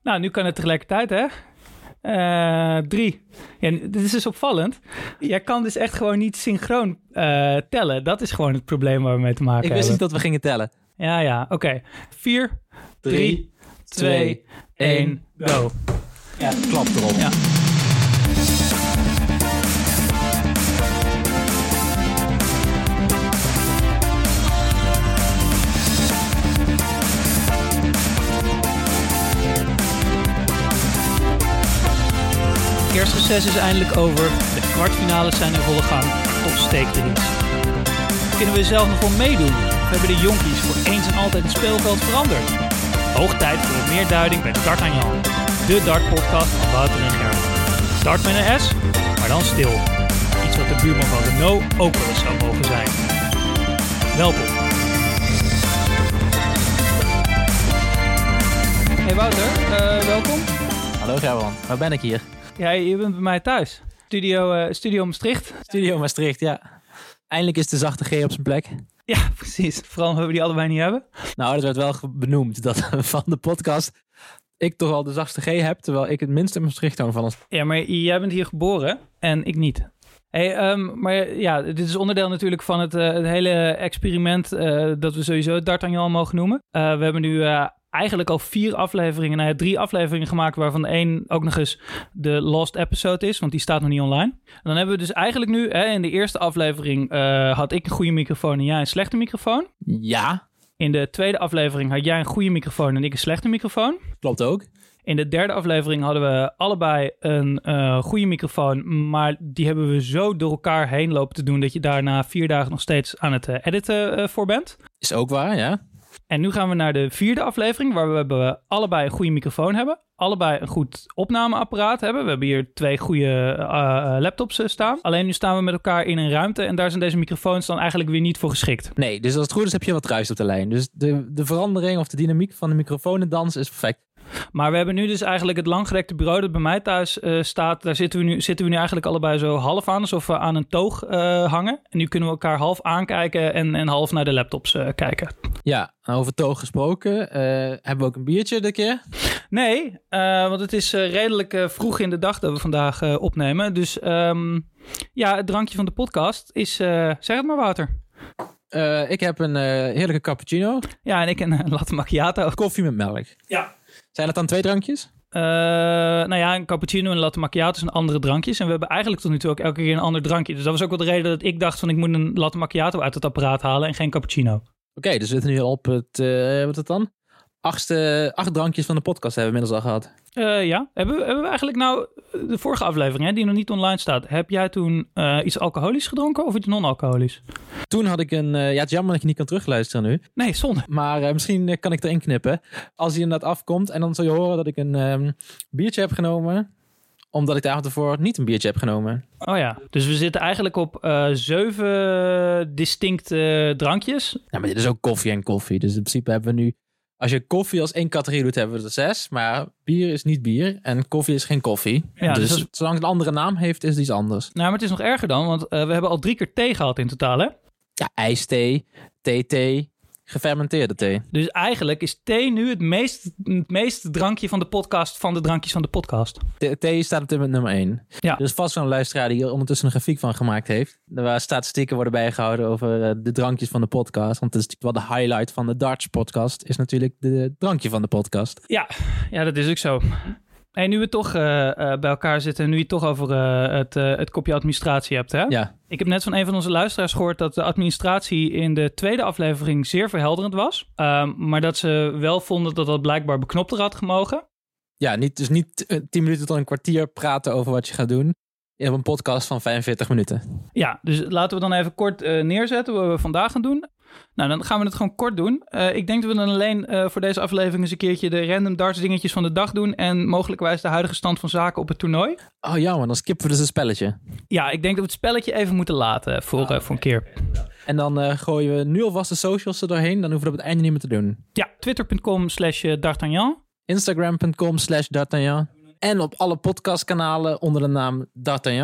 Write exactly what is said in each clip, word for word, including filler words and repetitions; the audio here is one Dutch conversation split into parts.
Nou, nu kan het tegelijkertijd, hè? Uh, drie. Ja, dit is dus opvallend. Jij kan dus echt gewoon niet synchroon uh, tellen. Dat is gewoon het probleem waar we mee te maken hebben. Ik wist niet dat we gingen tellen. Ja, ja. Oké. Okay. Vier, drie, twee, één, go. Ja, klap erop. Ja. Kerstreces is eindelijk over. De kwartfinales zijn in volle gang. Toch steekt er iets. Kunnen we zelf nog wel meedoen? We hebben de jonkies voor eens en altijd het speelveld veranderd. Hoog tijd voor wat meer duiding bij D'Artagnan. De dartpodcast van Wouter en Gerben. Dart met een S, maar dan stil. Iets wat de buurman van Renault ook wel eens zou mogen zijn. Welkom. Hey Wouter, uh, welkom. Hallo Gerben, waar ben ik hier? Ja, je bent bij mij thuis. Studio, uh, Studio Maastricht. Studio Maastricht, ja. Eindelijk is de zachte G op zijn plek. Ja, precies. Vooral omdat we die allebei niet hebben. Nou, dat werd wel benoemd. Dat van de podcast ik toch wel de zachtste G heb, terwijl ik het minste Maastricht dan van ons. Ja, maar jij bent hier geboren en ik niet. Hey, um, maar ja, dit is onderdeel natuurlijk van het, uh, het hele experiment uh, dat we sowieso D'Artagnan mogen noemen. Uh, we hebben nu uh, eigenlijk al vier afleveringen, nou ja, drie afleveringen gemaakt, waarvan één ook nog eens de lost episode is, want die staat nog niet online. En dan hebben we dus eigenlijk nu, hè, in de eerste aflevering uh, had ik een goede microfoon en jij een slechte microfoon. Ja. In de tweede aflevering had jij een goede microfoon en ik een slechte microfoon. Klopt ook. In de derde aflevering hadden we allebei een uh, goede microfoon, maar die hebben we zo door elkaar heen lopen te doen dat je daarna vier dagen nog steeds aan het uh, editen uh, voor bent. Is ook waar, ja. En nu gaan we naar de vierde aflevering, waar we, we allebei een goede microfoon hebben. Allebei een goed opnameapparaat hebben. We hebben hier twee goede uh, laptops uh, staan. Alleen nu staan we met elkaar in een ruimte en daar zijn deze microfoons dan eigenlijk weer niet voor geschikt. Nee, dus als het goed is heb je wat ruis op de lijn. Dus de, de verandering of de dynamiek van de microfoondans is perfect. Maar we hebben nu dus eigenlijk het langgerekte bureau dat bij mij thuis uh, staat. Daar zitten we, nu, zitten we nu eigenlijk allebei zo half aan, alsof we aan een toog uh, hangen. En nu kunnen we elkaar half aankijken en, en half naar de laptops uh, kijken. Ja, over toog gesproken. Uh, hebben we ook een biertje dit keer? Nee, uh, want het is uh, redelijk uh, vroeg in de dag dat we vandaag uh, opnemen. Dus um, ja, het drankje van de podcast is, uh, zeg het maar Wouter. Uh, ik heb een uh, heerlijke cappuccino. Ja, en ik een uh, latte macchiato. Koffie met melk. Ja. Zijn dat dan twee drankjes? Uh, nou ja, een cappuccino en een latte macchiato zijn andere drankjes. En we hebben eigenlijk tot nu toe ook elke keer een ander drankje. Dus dat was ook wel de reden dat ik dacht van ik moet een latte macchiato uit het apparaat halen en geen cappuccino. Oké, okay, dus we zitten nu al op het, uh, wat is het dan? Achtste, acht drankjes van de podcast hebben we inmiddels al gehad. Uh, ja, hebben we, hebben we eigenlijk nou de vorige aflevering, hè, die nog niet online staat. Heb jij toen uh, iets alcoholisch gedronken of iets non-alcoholisch? Toen had ik een, uh, ja, het is jammer dat je niet kan terugluisteren nu. Nee, zonde. Maar uh, misschien uh, kan ik erin knippen. Als hij inderdaad afkomt en dan zul je horen dat ik een um, biertje heb genomen. Omdat ik de avond ervoor niet een biertje heb genomen. Oh ja, dus we zitten eigenlijk op uh, zeven distincte drankjes. Ja, maar dit is ook koffie en koffie. Dus in principe hebben we nu... Als je koffie als één categorie doet, hebben we er zes. Maar bier is niet bier en koffie is geen koffie. Ja, dus, dus als... zolang het een andere naam heeft, is het iets anders. Nou, maar het is nog erger dan, want uh, we hebben al drie keer thee gehad in totaal, hè? Ja, ijsthee, thee-thee, gefermenteerde thee. Dus eigenlijk is thee nu het meest, het meest drankje van de podcast van de drankjes van de podcast. De, thee staat op dit moment nummer één. Ja. Er is vast zo'n luisteraar die hier ondertussen een grafiek van gemaakt heeft. Waar statistieken worden bijgehouden over uh, de drankjes van de podcast. Want dat is natuurlijk wel de highlight van de Darts podcast. Is natuurlijk de drankje van de podcast. Ja, ja dat is ook zo. Hey, nu we toch uh, uh, bij elkaar zitten en nu je het toch over uh, het, uh, het kopje administratie hebt, hè? Ja. Ik heb net van een van onze luisteraars gehoord dat de administratie in de tweede aflevering zeer verhelderend was. Um, maar dat ze wel vonden dat dat blijkbaar beknopter had gemogen. Ja, niet, dus niet uh, tien minuten tot een kwartier praten over wat je gaat doen. Je hebt een podcast van vijfenveertig minuten. Ja, dus laten we dan even kort uh, neerzetten wat we vandaag gaan doen. Nou, dan gaan we het gewoon kort doen. Uh, ik denk dat we dan alleen uh, voor deze aflevering eens een keertje de random darts dingetjes van de dag doen. En mogelijkwijs de huidige stand van zaken op het toernooi. Oh ja, maar dan skippen we dus een spelletje. Ja, ik denk dat we het spelletje even moeten laten voor, oh, uh, voor een keer. En dan uh, gooien we nu alvast de socials er doorheen. Dan hoeven we dat op het einde niet meer te doen. Ja, twitter.com slash D'Artagnan. Instagram.com slash D'Artagnan. En op alle podcastkanalen onder de naam D'Artagnan.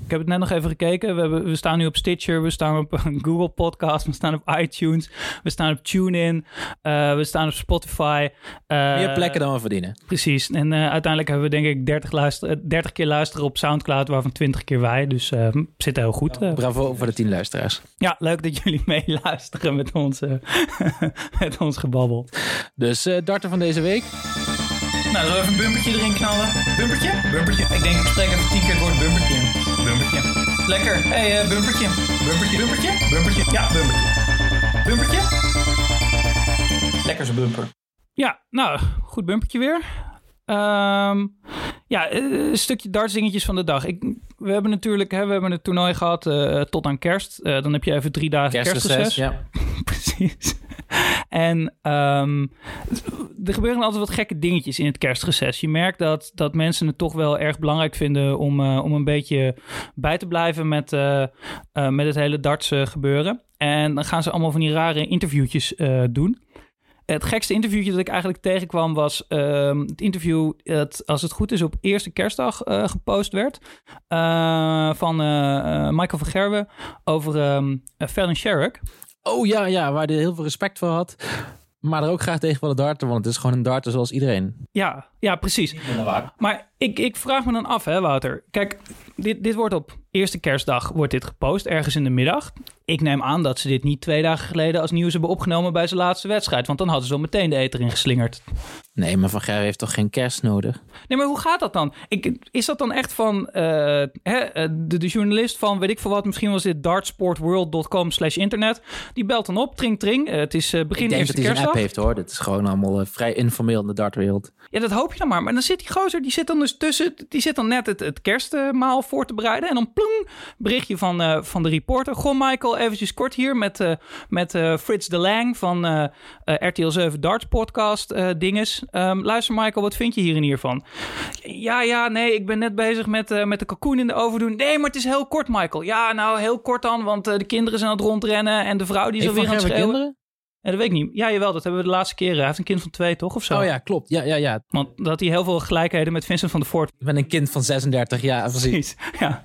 Ik heb het net nog even gekeken. We, hebben, we staan nu op Stitcher, we staan op Google Podcast, we staan op iTunes, we staan op TuneIn, uh, we staan op Spotify. Uh, Meer plekken dan we verdienen. Precies. En uh, uiteindelijk hebben we denk ik dertig, luister, dertig keer luisteren op Soundcloud, waarvan twintig keer wij. Dus uh, zit heel goed. Uh. Bravo voor de tien luisteraars. Ja, leuk dat jullie meeluisteren met ons, uh, met ons gebabbel. Dus uh, darten van deze week. Nou, zullen we even een bumpertje erin knallen? Bumpertje? Bumpertje. Ik denk, ik spreek even tien keer het woord bumpertje in. Bumpertje. Lekker. Hé, hey, uh, bumpertje. Bumpertje. Bumpertje. Bumpertje. Ja, bumpertje. Bumpertje. Lekker zo'n bumper. Ja, nou, goed bumpertje weer. Um, ja, een stukje dartsdingetjes van de dag. Ik, we hebben natuurlijk hè, we hebben het toernooi gehad uh, tot aan kerst. Uh, dan heb je even drie dagen kerstreces. Ja. Precies. En um, er gebeuren altijd wat gekke dingetjes in het kerstreces. Je merkt dat, dat mensen het toch wel erg belangrijk vinden om, uh, om een beetje bij te blijven met, uh, uh, met het hele darts uh, gebeuren. En dan gaan ze allemaal van die rare interviewtjes uh, doen. Het gekste interviewtje dat ik eigenlijk tegenkwam was uh, het interview dat, als het goed is, op eerste kerstdag uh, gepost werd. Uh, van uh, uh, Michael van Gerwen over um, uh, Fallon Sherrock. Oh ja, ja, waar hij heel veel respect voor had. Maar er ook graag tegen willen darten, want het is gewoon een darter zoals iedereen. Ja, ja, precies. Maar ik, ik vraag me dan af, hè, Wouter. Kijk, dit, dit wordt op eerste kerstdag wordt dit gepost, ergens in de middag. Ik neem aan dat ze dit niet twee dagen geleden als nieuws hebben opgenomen bij zijn laatste wedstrijd. Want dan hadden ze al meteen de eter in geslingerd. Nee, maar Van Gerwen heeft toch geen kerst nodig? Nee, maar hoe gaat dat dan? Ik, is dat dan echt van uh, hè, de, de journalist van, weet ik veel wat, misschien was dit dartsportworld dot com slash internet. Die belt dan op, tring tring. Uh, het is uh, begin eerste kerstdag. Ik denk dat hij een app heeft hoor. Dit is gewoon allemaal uh, vrij informeel in de dartwereld. Ja, dat hoop je dan maar. Maar dan zit die gozer, die zit dan dus tussen, die zit dan net het, het kerstmaal voor te bereiden. En dan plong, berichtje van, uh, van de reporter. Goh Michael, eventjes kort hier met, uh, met uh, Frits de Lang van uh, uh, R T L zeven Darts Podcast uh, dinges. Um, luister Michael, wat vind je hier en hiervan? Ja, ja, nee, ik ben net bezig met, uh, met de kalkoen in de oven doen. Nee, maar het is heel kort, Michael. Ja, nou, heel kort dan, want uh, de kinderen zijn aan het rondrennen en de vrouw die is alweer aan het schreeuwen. Kinderen? Ja, dat weet ik niet. Ja, jawel, dat hebben we de laatste keren. Hij heeft een kind van twee, toch? Of zo? Oh ja, klopt. Ja, ja, ja. Want dat hij heel veel gelijkheden met Vincent van der Voort. Ik ben een kind van zesendertig, ja, precies. Ja.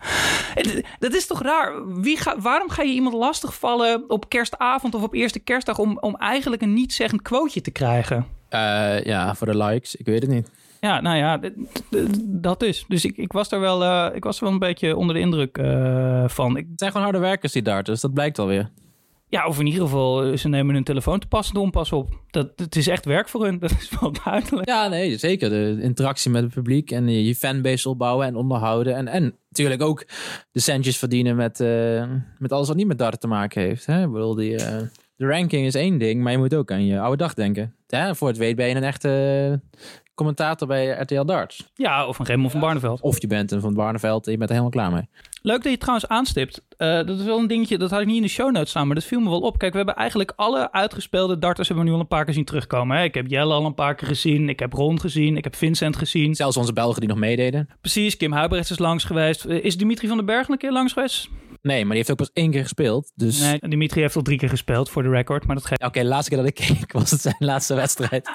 Dat is toch raar? Wie ga, waarom ga je iemand lastigvallen op kerstavond of op eerste kerstdag om, om eigenlijk een niet-zeggend quoteje te krijgen? Uh, ja, voor de likes. Ik weet het niet. Ja, nou ja, d- d- dat is. Dus ik, ik, was daar wel, uh, ik was er wel een beetje onder de indruk uh, van. Ik... Het zijn gewoon harde werkers die darters, dat blijkt alweer. Ja, of in ieder geval, ze nemen hun telefoon te pas en onpas op. Dat, het is echt werk voor hun, dat is wel duidelijk. Ja, nee, zeker. De interactie met het publiek en je fanbase opbouwen en onderhouden. En, en natuurlijk ook de centjes verdienen met, uh, met alles wat niet met darten te maken heeft. Hè? Ik bedoel, die, uh, de ranking is één ding, maar je moet ook aan je oude dag denken. Ja, voor het weet ben je een echte commentator bij R T L Darts. Ja, of een Raymond van Barneveld. Of je bent een Van Barneveld en je bent er helemaal klaar mee. Leuk dat je het trouwens aanstipt. Uh, dat is wel een dingetje, dat had ik niet in de show notes staan, maar dat viel me wel op. Kijk, we hebben eigenlijk alle uitgespeelde darters hebben we nu al een paar keer zien terugkomen. Hè? Ik heb Jelle al een paar keer gezien, ik heb Ron gezien, ik heb Vincent gezien. Zelfs onze Belgen die nog meededen. Precies, Kim Huibrechts is langs geweest. Is Dimitri van den Berg een keer langs geweest? Nee, maar die heeft ook pas één keer gespeeld. Dus... Nee, Dimitri heeft al drie keer gespeeld voor de record, maar dat geeft... Ja, Oké, okay, de laatste keer dat ik keek was het zijn laatste wedstrijd.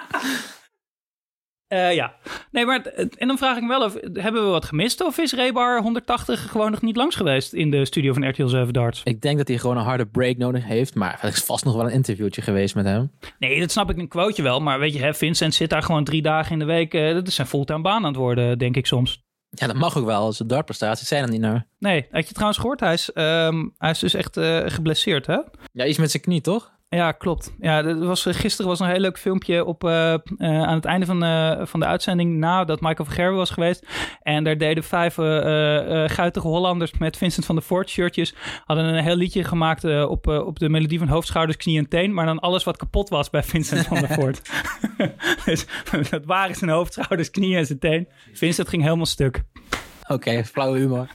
Uh, ja, nee, maar en dan vraag ik me wel of hebben we wat gemist of is Rebar honderdtachtig gewoon nog niet langs geweest in de studio van R T L zeven Darts? Ik denk dat hij gewoon een harde break nodig heeft, maar er is vast nog wel een interviewtje geweest met hem. Nee, dat snap ik een quoteje wel, maar weet je, hè, Vincent zit daar gewoon drie dagen in de week. Uh, dat is zijn fulltime baan aan het worden, denk ik soms. Ja, dat mag ook wel. Zijn dartprestaties zijn er niet naar. Nee, had je trouwens gehoord? Hij is, um, hij is dus echt uh, geblesseerd, hè? Ja, iets met zijn knie, toch? Ja, klopt. Ja, er was, gisteren was een heel leuk filmpje op, uh, uh, aan het einde van, uh, van de uitzending nadat Michael van Gerwen was geweest. En daar deden vijf uh, uh, guitige Hollanders met Vincent van der Voort shirtjes. Hadden een heel liedje gemaakt uh, op, uh, op de melodie van hoofd, schouders, knie en teen. Maar dan alles wat kapot was bij Vincent van der Voort. Dus dat waren zijn hoofd, schouders, knie en zijn teen. Vincent ging helemaal stuk. Oké, okay, flauwe humor.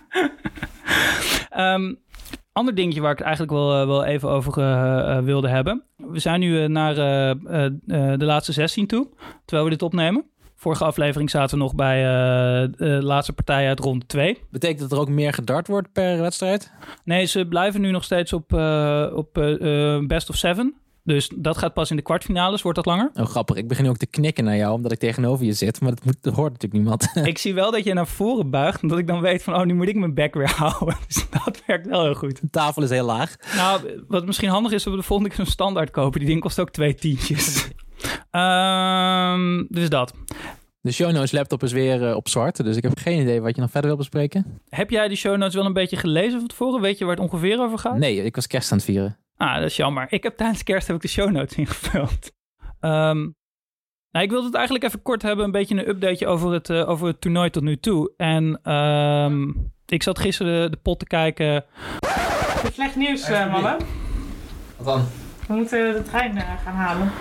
um, Ander dingetje waar ik het eigenlijk wel, uh, wel even over uh, uh, wilde hebben. We zijn nu uh, naar uh, uh, uh, de laatste zestien toe, terwijl we dit opnemen. Vorige aflevering zaten we nog bij uh, de laatste partij uit ronde twee. Betekent dat er ook meer gedart wordt per wedstrijd? Nee, ze blijven nu nog steeds op, uh, op uh, uh, best of seven. Dus dat gaat pas in de kwartfinales. Wordt dat langer? Oh, grappig. Ik begin nu ook te knikken naar jou, omdat ik tegenover je zit. Maar dat, moet, dat hoort natuurlijk niemand. Ik zie wel dat je naar voren buigt. Omdat ik dan weet van, oh, nu moet ik mijn bek weer houden. Dus dat werkt wel heel goed. De tafel is heel laag. Nou, wat misschien handig is, dat we de volgende keer zo'n standaard kopen. Die ding kost ook twee tientjes. um, dus dat. De show notes laptop is weer uh, op zwart. Dus ik heb geen idee wat je nog verder wil bespreken. Heb jij die show notes wel een beetje gelezen van tevoren? Weet je waar het ongeveer over gaat? Nee, ik was kerst aan het vieren. Ah, dat is jammer. Ik heb tijdens kerst heb ik de show notes ingevuld. Um, nou, ik wilde het eigenlijk even kort hebben. Een beetje een updateje over het, uh, over het toernooi tot nu toe. En um, ik zat gisteren de, de pot te kijken. Slecht nieuws, uh, mannen. Wat dan? We moeten de trein uh, gaan halen.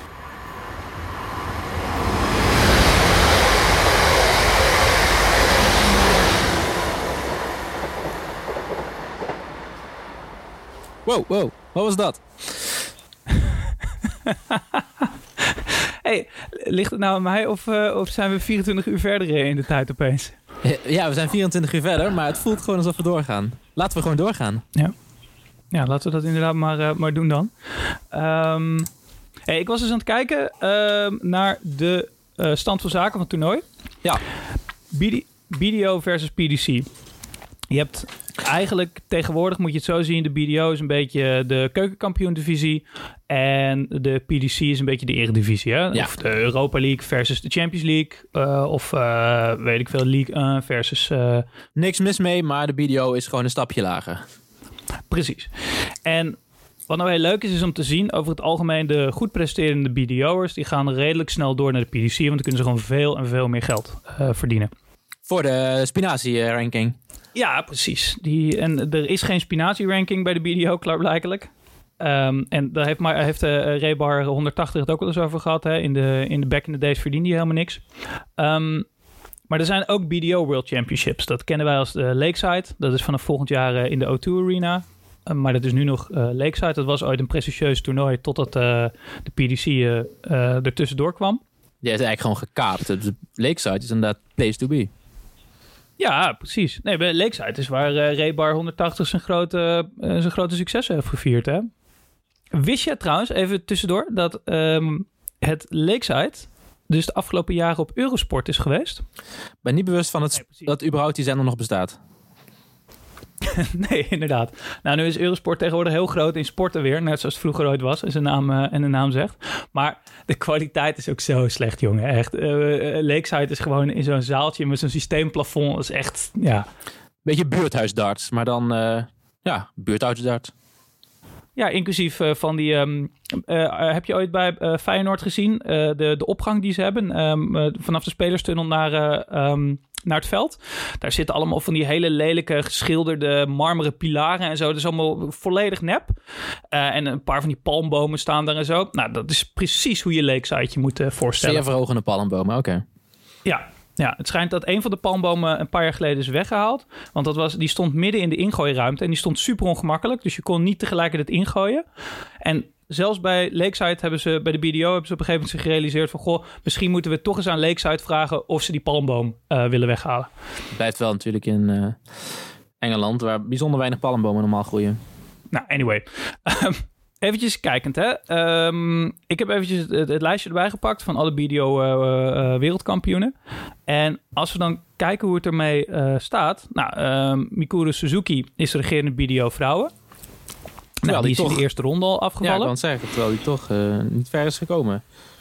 Wow, wow. Wat was dat? Hey, ligt het nou aan mij of, uh, of zijn we vierentwintig uur verder in de tijd opeens? Ja, we zijn vierentwintig uur verder, maar het voelt gewoon alsof we doorgaan. Laten we gewoon doorgaan. Ja, ja laten we dat inderdaad maar, uh, maar doen dan. Um, hey, ik was dus aan het kijken uh, naar de uh, stand van zaken van het toernooi. Ja. B D O versus P D C. Je hebt eigenlijk tegenwoordig, moet je het zo zien, de B D O is een beetje de keukenkampioen-divisie en de P D C is een beetje de eredivisie. Hè? Ja. Of de Europa League versus de Champions League. Uh, of uh, weet ik veel, League één versus... Uh... Niks mis mee, maar de B D O is gewoon een stapje lager. Precies. En wat nou heel leuk is, is om te zien over het algemeen de goed presterende B D O'ers, die gaan redelijk snel door naar de P D C, want dan kunnen ze gewoon veel en veel meer geld uh, verdienen. Voor de spinazie-ranking. Ja, precies. Die, en er is geen spinazie-ranking bij de B D O, klaarblijkelijk. Um, en daar heeft, maar, heeft uh, Rebar honderdtachtig het ook wel eens over gehad. Hè? In, de, in de back in the days verdiende hij helemaal niks. Um, maar er zijn ook B D O World Championships. Dat kennen wij als de Lakeside. Dat is vanaf volgend jaar uh, in de O twee Arena. Uh, maar dat is nu nog uh, Lakeside. Dat was ooit een prestigieus toernooi totdat uh, de P D C uh, uh, er tussendoor kwam. Die is eigenlijk gewoon gekaapt. De Lakeside is inderdaad place to be. Ja, precies. Nee, bij Lakeside is waar uh, Rebar honderdtachtig zijn grote, uh, zijn grote succes heeft gevierd. Hè? Wist je trouwens, even tussendoor, dat um, het Lakeside dus de afgelopen jaren op Eurosport is geweest? Ik ben niet bewust van het, nee, dat überhaupt die zender nog bestaat. Nee, inderdaad. Nou, nu is Eurosport tegenwoordig heel groot in sporten weer. Net zoals het vroeger ooit was, en zijn naam, uh, en de naam zegt. Maar de kwaliteit is ook zo slecht, jongen. Echt. Uh, Lakeside is gewoon in zo'n zaaltje met zo'n systeemplafond. Dat is echt, ja. Beetje buurthuisdarts, maar dan, uh, ja, buurthuisdarts. Ja, inclusief uh, van die... Um, uh, heb je ooit bij uh, Feyenoord gezien? Uh, de, de opgang die ze hebben. Um, uh, vanaf de spelerstunnel naar, uh, um, naar het veld. Daar zitten allemaal van die hele lelijke geschilderde marmeren pilaren en zo. Dat is allemaal volledig nep. Uh, en een paar van die palmbomen staan daar en zo. Nou, dat is precies hoe je Lakeside je moet uh, voorstellen. Zeer verhogende palmbomen, oké. Okay. Ja. Ja, het schijnt dat een van de palmbomen een paar jaar geleden is weggehaald. Want dat was, die stond midden in de ingooiruimte en die stond super ongemakkelijk. Dus je kon niet tegelijkertijd ingooien. En zelfs bij Lakeside hebben ze, bij de B D O hebben ze op een gegeven moment zich gerealiseerd van, goh, misschien moeten we toch eens aan Lakeside vragen of ze die palmboom uh, willen weghalen. Het blijft wel natuurlijk in uh, Engeland, waar bijzonder weinig palmbomen normaal groeien. Nou, anyway. Eventjes kijkend, hè. Um, ik heb eventjes het, het lijstje erbij gepakt van alle B D O uh, uh, wereldkampioenen. En als we dan kijken hoe het ermee uh, staat. Nou, um, Mikuru Suzuki is de regerende B D O vrouwen. Nou, die, die is toch in de eerste ronde al afgevallen. Ja, ik kan zeggen, terwijl die toch uh, niet ver is gekomen.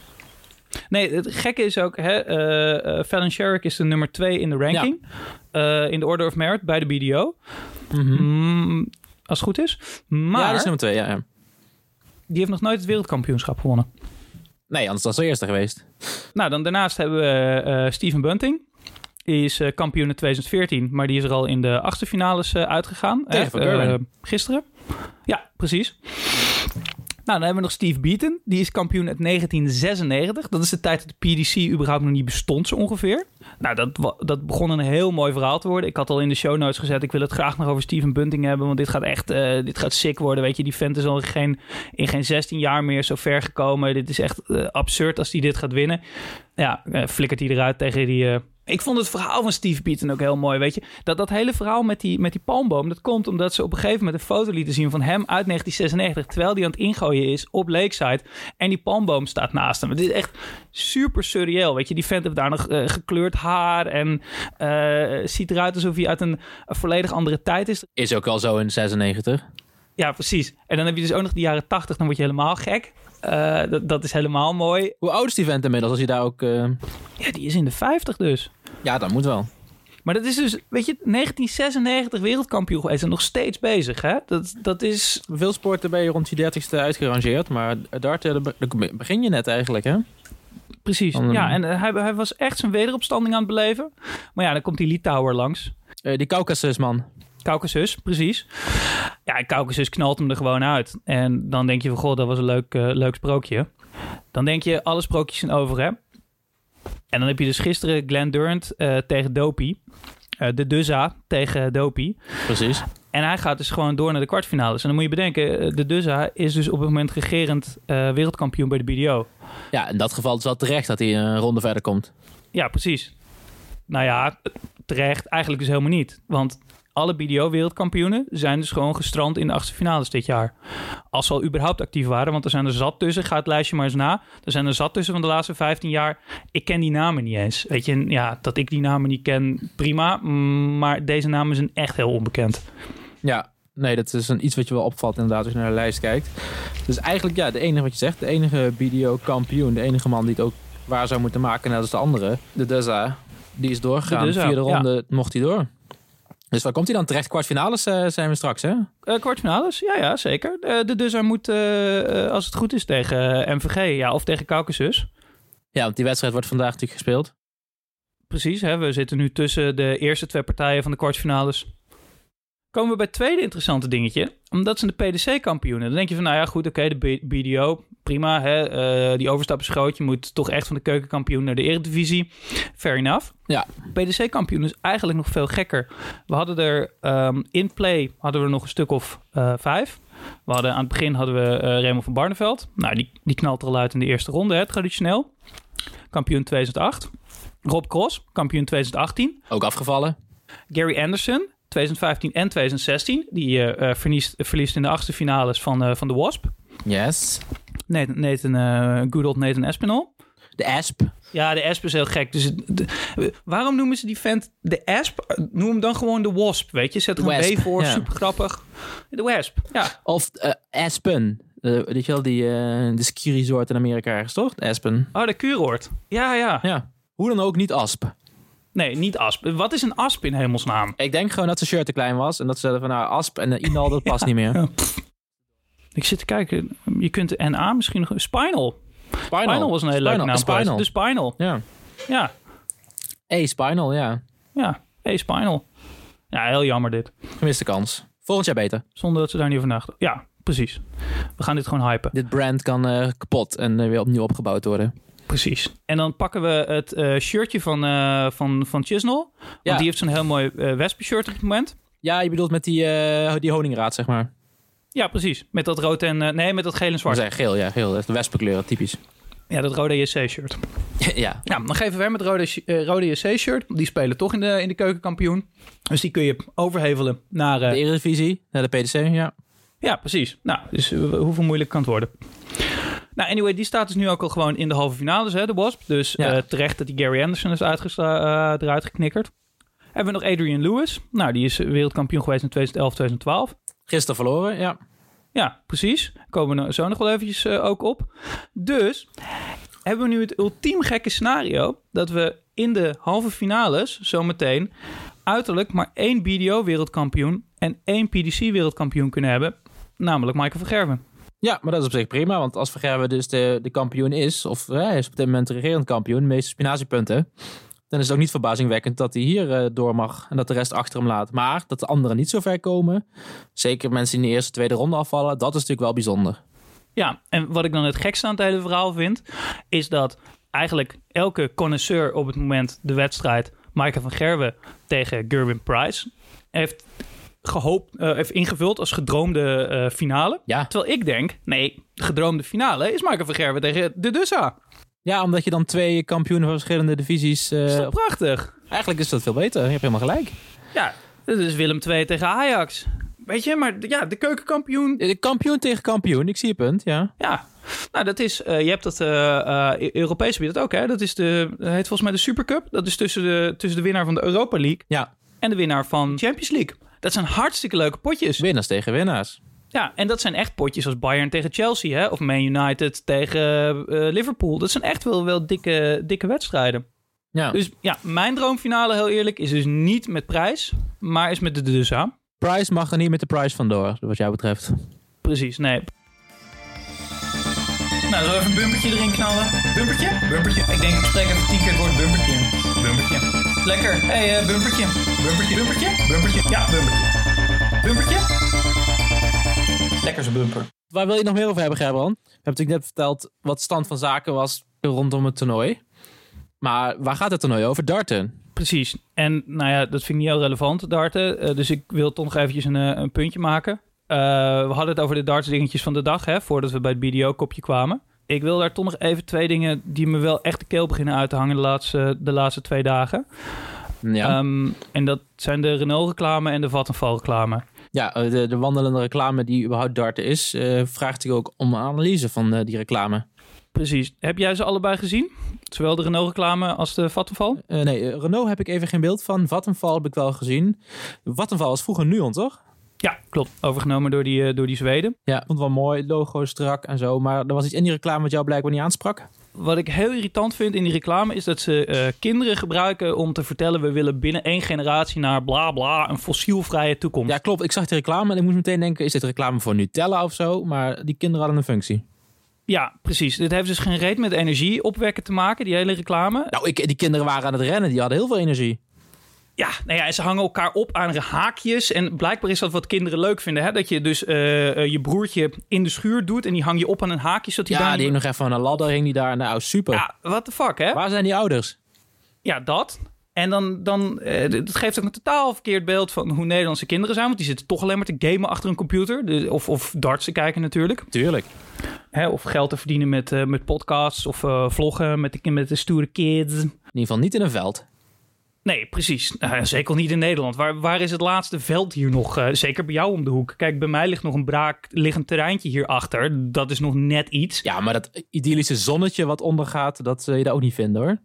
Nee, het gekke is ook, hè, uh, uh, Fallon Sherrick is de nummer twee in de ranking. Ja. Uh, in de Order of Merit bij de B D O. Mm-hmm. Mm, als het goed is. Maar ja, dat is nummer twee, ja, ja. Die heeft nog nooit het wereldkampioenschap gewonnen. Nee, anders was ze eerste geweest. Nou, dan daarnaast hebben we uh, Steven Bunting. Die is uh, kampioen in twintig veertien, maar die is er al in de achtste finales uh, uitgegaan. Tegen uh, uh, Gisteren. Ja, precies. Nou, dan hebben we nog Steve Beaton. Die is kampioen uit negentien zesennegentig. Dat is de tijd dat de P D C überhaupt nog niet bestond, zo ongeveer. Nou, dat, dat begon een heel mooi verhaal te worden. Ik had al in de show notes gezet, ik wil het graag nog over Steven Bunting hebben, want dit gaat echt, uh, dit gaat sick worden. Weet je, die vent is al geen, in geen zestien jaar meer zo ver gekomen. Dit is echt uh, absurd als hij dit gaat winnen. Ja, uh, flikkert hij eruit tegen die... Uh... Ik vond het verhaal van Steve Beaton ook heel mooi, weet je. Dat, dat hele verhaal met die, met die palmboom, dat komt omdat ze op een gegeven moment een foto lieten zien van hem uit negentien zesennegentig, terwijl hij aan het ingooien is op Lakeside. En die palmboom staat naast hem. Het is echt super surreëel, weet je. Die vent heeft daar nog uh, gekleurd haar en uh, ziet eruit alsof hij uit een, een volledig andere tijd is. Is ook al zo in zesennegentig. Ja, precies. En dan heb je dus ook nog de jaren tachtig, dan word je helemaal gek. Uh, dat, dat is helemaal mooi. Hoe oud is die vent inmiddels als hij daar ook... Uh... Ja, die is in de vijftig dus. Ja, dat moet wel. Maar dat is dus, weet je, negentien zesennegentig wereldkampioen geweest en nog steeds bezig, hè? Dat, dat is... Veel sporten ben je rond je dertigste uitgerangeerd, maar darten, daar begin je net eigenlijk, hè? Precies, Dan, ja. En hij, hij was echt zijn wederopstanding aan het beleven. Maar ja, dan komt die Litouwer langs. Uh, die Caucasus, man. Caucasus, precies. Ja, en Caucasus knalt hem er gewoon uit. En dan denk je van, goh, dat was een leuk, uh, leuk sprookje. Dan denk je, alle sprookjes zijn over, hè? En dan heb je dus gisteren Glenn Durant uh, tegen Dopey. Uh, de Duzza tegen Dopey. Precies. En hij gaat dus gewoon door naar de kwartfinales. En dan moet je bedenken, de Duzza is dus op het moment regerend uh, wereldkampioen bij de B D O. Ja, in dat geval is het wel terecht dat hij een ronde verder komt. Ja, precies. Nou ja, terecht eigenlijk dus helemaal niet. Want alle B D O-wereldkampioenen zijn dus gewoon gestrand in de achtste finales dit jaar. Als ze al überhaupt actief waren, want er zijn er zat tussen. Ga het lijstje maar eens na. Er zijn er zat tussen van de laatste vijftien jaar. Ik ken die namen niet eens. Weet je, ja, dat ik die namen niet ken, prima. Maar deze namen zijn echt heel onbekend. Ja, nee, dat is een, iets wat je wel opvalt inderdaad als je naar de lijst kijkt. Dus eigenlijk, ja, de enige wat je zegt, de enige B D O-kampioen, de enige man die het ook waar zou moeten maken, net als de andere, de Duzza, die is doorgegaan. De Duzza, vierde ronde ja. Mocht hij door. Dus waar komt hij dan terecht? Kwartfinales uh, zijn we straks, hè? Uh, kwartfinales, ja, ja, zeker. Uh, de Duzza moet, uh, als het goed is, tegen uh, M V G, ja, of tegen Caucasus. Ja, want die wedstrijd wordt vandaag natuurlijk gespeeld. Precies, hè? We zitten nu tussen de eerste twee partijen van de kwartfinales. Komen we bij het tweede interessante dingetje. Omdat ze de P D C-kampioenen. Dan denk je van, nou ja, goed, oké, okay, de B D O, prima. Hè? Uh, die overstap is groot. Je moet toch echt van de keukenkampioen naar de eredivisie. Fair enough. Ja. P D C-kampioen is eigenlijk nog veel gekker. We hadden er um, in play hadden we nog een stuk of uh, vijf. We hadden, aan het begin hadden we uh, Raymond van Barneveld. Nou, die, die knalt er al uit in de eerste ronde, hè, traditioneel. Kampioen tweeduizend acht. Rob Cross, kampioen tweeduizend achttien. Ook afgevallen. Gary Anderson, tweeduizend vijftien en tweeduizend zestien. Die uh, verliest, verliest in de achtste finales van, uh, van de Wasp. Yes. Nathan, Nathan uh, good old Nathan Espinal. De Asp. Ja, de Asp is heel gek. Dus de, waarom noemen ze die vent de Asp? Noem hem dan gewoon de Wasp, weet je? Zet er een B voor, ja. Super grappig. De Wasp, ja. Of uh, Aspen. Uh, weet je wel, die uh, de ski-resort in Amerika ergens, toch? Aspen. Oh, de kuuroord. Ja, ja. Ja. Hoe dan ook, niet Asp. Nee, niet Asp. Wat is een Asp in hemelsnaam? Ik denk gewoon dat zijn shirt te klein was. En dat ze zeiden van, nou, Asp en uh, Inal, dat past ja. niet meer. Ja. Ik zit te kijken. Je kunt de N A misschien nog... Spinal. Spinal, Spinal was een hele leuke naam. Spinal. De Spinal. Ja. Ja. Hey, Spinal, ja. Ja, hey, Spinal. Ja, heel jammer dit. Gemiste kans. Volgend jaar beter. Zonder dat ze daar niet over nagedacht. Ja, precies. We gaan dit gewoon hypen. Dit brand kan uh, kapot en uh, weer opnieuw opgebouwd worden. Precies. En dan pakken we het uh, shirtje van, uh, van, van Chisnell. Want ja. die heeft zo'n heel mooi uh, wespen-shirt op het moment. Ja, je bedoelt met die, uh, die honingraad, zeg maar. Ja, precies. Met dat rood en... Uh, nee, met dat geel en zwart. Dat is geel, ja. Geel. Dat is de wespenkleur, typisch. Ja, dat rode J C-shirt. ja. Ja, dan geven we hem het rode, uh, rode J C-shirt. Die spelen toch in de, in de keukenkampioen. Dus die kun je overhevelen naar... Uh, de Eredivisie, naar de P D C, ja. Ja, precies. Nou, dus uh, hoeveel moeilijk kan het worden? Nou, anyway, die staat dus nu ook al gewoon in de halve finales, hè, de Wasp. Dus ja. uh, terecht dat die Gary Anderson is uitgesla- uh, eruit geknikkerd. Hebben we nog Adrian Lewis. Nou, die is wereldkampioen geweest in tweeduizend elf, tweeduizend twaalf. Gisteren verloren, ja. Ja, precies. Komen we zo nog wel eventjes uh, ook op. Dus hebben we nu het ultiem gekke scenario... dat we in de halve finales zometeen uiterlijk maar één B D O-wereldkampioen... en één P D C-wereldkampioen kunnen hebben. Namelijk Michael van Gerwen. Ja, maar dat is op zich prima. Want als Van Gerwen dus de, de kampioen is... of hij eh, is op dit moment de regerend kampioen... de meeste spinatiepunten... dan is het ook niet verbazingwekkend dat hij hier uh, door mag... en dat de rest achter hem laat. Maar dat de anderen niet zo ver komen... zeker mensen die in de eerste, tweede ronde afvallen... dat is natuurlijk wel bijzonder. Ja, en wat ik dan het gekste aan het hele verhaal vind... is dat eigenlijk elke connoisseur op het moment de wedstrijd... Michael van Gerwen tegen Gerwin Price... heeft gehoopt, uh, heeft ingevuld als gedroomde uh, finale. Ja. Terwijl ik denk, nee, de gedroomde finale is Michael van Gerwen tegen de Duzza. Ja, omdat je dan twee kampioenen van verschillende divisies... Uh, Dat is toch prachtig? Eigenlijk is dat veel beter. Je hebt helemaal gelijk. Ja, dat is Willem twee tegen Ajax. Weet je, maar ja, de keukenkampioen... De kampioen tegen kampioen, ik zie je punt, ja. Ja, nou dat is... Uh, je hebt dat... Uh, uh, Europees heb je dat ook, hè? Dat is de... Dat heet volgens mij de Supercup. Dat is tussen de, tussen de winnaar van de Europa League... Ja. En de winnaar van de Champions League. Dat zijn hartstikke leuke potjes. Winnaars tegen winnaars. Ja, en dat zijn echt potjes als Bayern tegen Chelsea, hè? Of Man United tegen uh, Liverpool. Dat zijn echt wel, wel dikke, dikke wedstrijden. Ja. Dus ja, mijn droomfinale, heel eerlijk, is dus niet met prijs, maar is met de Dusa. Price mag er niet met de prijs vandoor, wat jou betreft. Precies, nee. Nou, zullen we even een bumpertje erin knallen? Bumpertje? Bumpertje. Ik denk, ik spreek even tien keer het woord bumpertje. Bumpertje. Lekker. Hé, hey, uh, bumpertje. Bumpertje. Bumpertje. Bumpertje. Ja, bumpertje. Bumpertje. Lekker zo'n bumper. Waar wil je het nog meer over hebben, Gerbrand? We hebben natuurlijk net verteld wat de stand van zaken was rondom het toernooi. Maar waar gaat het toernooi over? Darten. Precies. En nou ja, dat vind ik niet heel relevant, darten. Uh, dus ik wil toch nog eventjes een, uh, een puntje maken. Uh, we hadden het over de darts dingetjes van de dag, hè, voordat we bij het B D O-kopje kwamen. Ik wil daar toch nog even twee dingen die me wel echt de keel beginnen uit te hangen de laatste, de laatste twee dagen. Ja. Um, en dat zijn de Renault-reclame en de Vattenfall-reclame. Ja, de, de wandelende reclame die überhaupt darten is, uh, vraagt zich ook om een analyse van uh, die reclame. Precies. Heb jij ze allebei gezien? Zowel de Renault-reclame als de Vattenfall? Uh, nee, uh, Renault heb ik even geen beeld van. Vattenfall heb ik wel gezien. Vattenfall was vroeger Nuon, toch? Ja, klopt. Overgenomen door die, uh, door die Zweden. Ja, vond het wel mooi. Logo strak en zo. Maar er was iets in die reclame wat jou blijkbaar niet aansprak. Wat ik heel irritant vind in die reclame is dat ze uh, kinderen gebruiken om te vertellen we willen binnen één generatie naar bla bla een fossielvrije toekomst. Ja, klopt. Ik zag die reclame en ik moest meteen denken, is dit reclame voor Nutella of zo? Maar die kinderen hadden een functie. Ja, precies. Dit heeft dus geen reet met energie opwekken te maken, die hele reclame. Nou, ik, die kinderen waren aan het rennen. Die hadden heel veel energie. Ja, nou ja, en ze hangen elkaar op aan haakjes. En blijkbaar is dat wat kinderen leuk vinden. Hè? Dat je dus uh, uh, je broertje in de schuur doet en die hang je op aan een haakje. Zodat hij ja, daar die niet... hing nog even aan een ladder, hing die daar. Nou, super. Ja, what the fuck, hè? Waar zijn die ouders? Ja, dat. En dan, dan uh, dat geeft ook een totaal verkeerd beeld van hoe Nederlandse kinderen zijn. Want die zitten toch alleen maar te gamen achter een computer. Dus, of, of darts te kijken natuurlijk. Tuurlijk. Hè, of geld te verdienen met, uh, met podcasts of uh, vloggen met de, met de stoere kids. In ieder geval niet in een veld. Nee, precies. Uh, zeker niet in Nederland. Waar, waar is het laatste veld hier nog? Uh, zeker bij jou om de hoek. Kijk, bij mij ligt nog een braak liggend terreintje hierachter. Dat is nog net iets. Ja, maar dat idyllische zonnetje wat ondergaat, dat zul je daar ook niet vinden, hoor.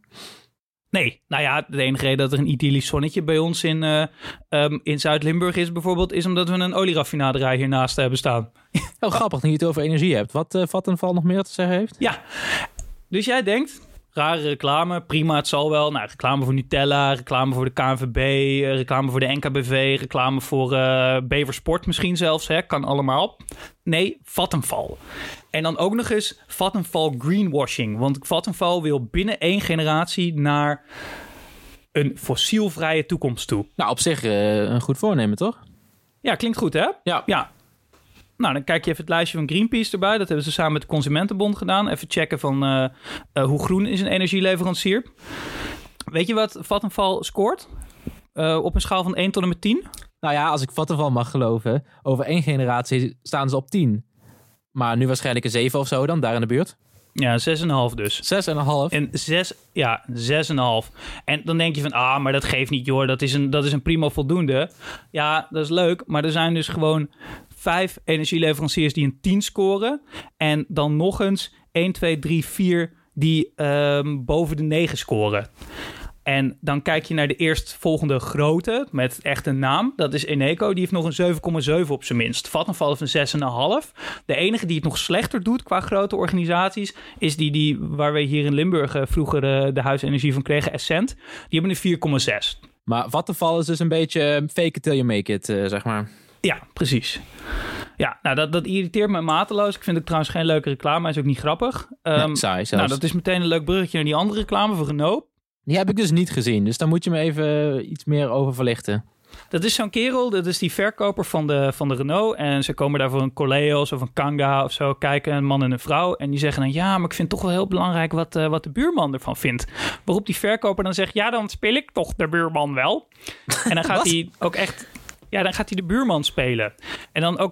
Nee, nou ja, de enige reden dat er een idyllisch zonnetje bij ons in, uh, um, in Zuid-Limburg is bijvoorbeeld, is omdat we een olieraffinaderij hiernaast hebben staan. Oh, grappig dat je het over energie hebt. Wat uh, Vattenfall nog meer te zeggen heeft? Ja, dus jij denkt, rare reclame, prima, het zal wel. Nou, reclame voor Nutella, reclame voor de K N V B, reclame voor de N K B V, reclame voor uh, Beversport misschien zelfs, hè, kan allemaal. Nee, Vattenfall. En dan ook nog eens Vattenfall greenwashing. Want Vattenfall wil binnen één generatie naar een fossielvrije toekomst toe. Nou, op zich uh, een goed voornemen, toch? Ja, klinkt goed, hè? Ja. Ja. Nou, dan kijk je even het lijstje van Greenpeace erbij. Dat hebben ze samen met de Consumentenbond gedaan. Even checken van uh, uh, hoe groen is een energieleverancier. Weet je wat Vattenfall scoort? Uh, op een schaal van één tot en met tien? Nou ja, als ik Vattenfall mag geloven, over één generatie staan ze op tien. Maar nu waarschijnlijk een zeven of zo dan, daar in de buurt. Ja, zes komma vijf dus. zes komma vijf. En zes, ja, zes komma vijf. En dan denk je van, ah, maar dat geeft niet, joh. Dat is een, dat is een prima voldoende. Ja, dat is leuk. Maar er zijn dus gewoon vijf energieleveranciers die een tien scoren. En dan nog eens één, twee, drie, vier die um, boven de negen scoren. En dan kijk je naar de eerstvolgende grote met echt een naam. Dat is Eneco. Die heeft nog een zeven komma zeven op zijn minst. Vattenfall heeft een zes komma vijf. De enige die het nog slechter doet qua grote organisaties is die, die waar we hier in Limburg uh, vroeger uh, de huisenergie van kregen, Essent. Die hebben een vier komma zes. Maar Vattenfall is dus een beetje fake it till you make it, uh, zeg maar. Ja, precies. Ja, nou dat, dat irriteert me mateloos. Ik vind het trouwens geen leuke reclame. Hij is ook niet grappig. Um, nee, saai zelfs. Nou, dat is meteen een leuk bruggetje naar die andere reclame voor Renault. Die heb ik dus niet gezien. Dus daar moet je me even iets meer over verlichten. Dat is zo'n kerel, dat is die verkoper van de, van de Renault. En ze komen daar voor een Coleos of een Kanga of zo kijken. Een man en een vrouw. En die zeggen dan, ja, maar ik vind het toch wel heel belangrijk wat, uh, wat de buurman ervan vindt. Waarop die verkoper dan zegt, ja, dan speel ik toch de buurman wel. En dan gaat hij ook echt... Ja, dan gaat hij de buurman spelen. En dan ook van,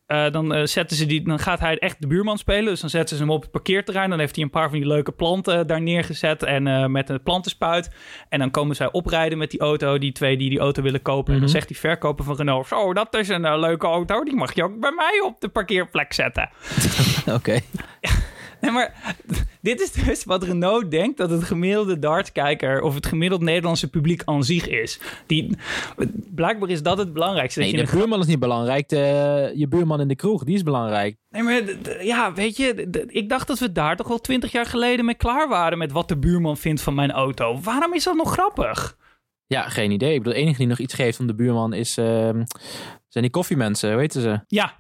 Uh, dan, uh, zetten ze die, dan gaat hij echt de buurman spelen. Dus dan zetten ze hem op het parkeerterrein. Dan heeft hij een paar van die leuke planten daar neergezet. En uh, met een plantenspuit. En dan komen zij oprijden met die auto. Die twee die die auto willen kopen. Mm-hmm. En dan zegt die verkoper van Renault... Zo, dat is een uh, leuke auto. Die mag je ook bij mij op de parkeerplek zetten. Oké. Okay. Nee, maar dit is dus wat Renault denkt dat het gemiddelde dartskijker of het gemiddeld Nederlandse publiek aan zich is. Die, blijkbaar is dat het belangrijkste. Nee, dat je de buurman is niet belangrijk. De, je buurman in de kroeg, die is belangrijk. Nee, maar ja, weet je, ik dacht dat we daar toch wel twintig jaar geleden mee klaar waren met wat de buurman vindt van mijn auto. Waarom is dat nog grappig? Ja, geen idee. Ik bedoel, de enige die nog iets geeft om de buurman is, uh, zijn die koffiemensen, weten ze? Ja,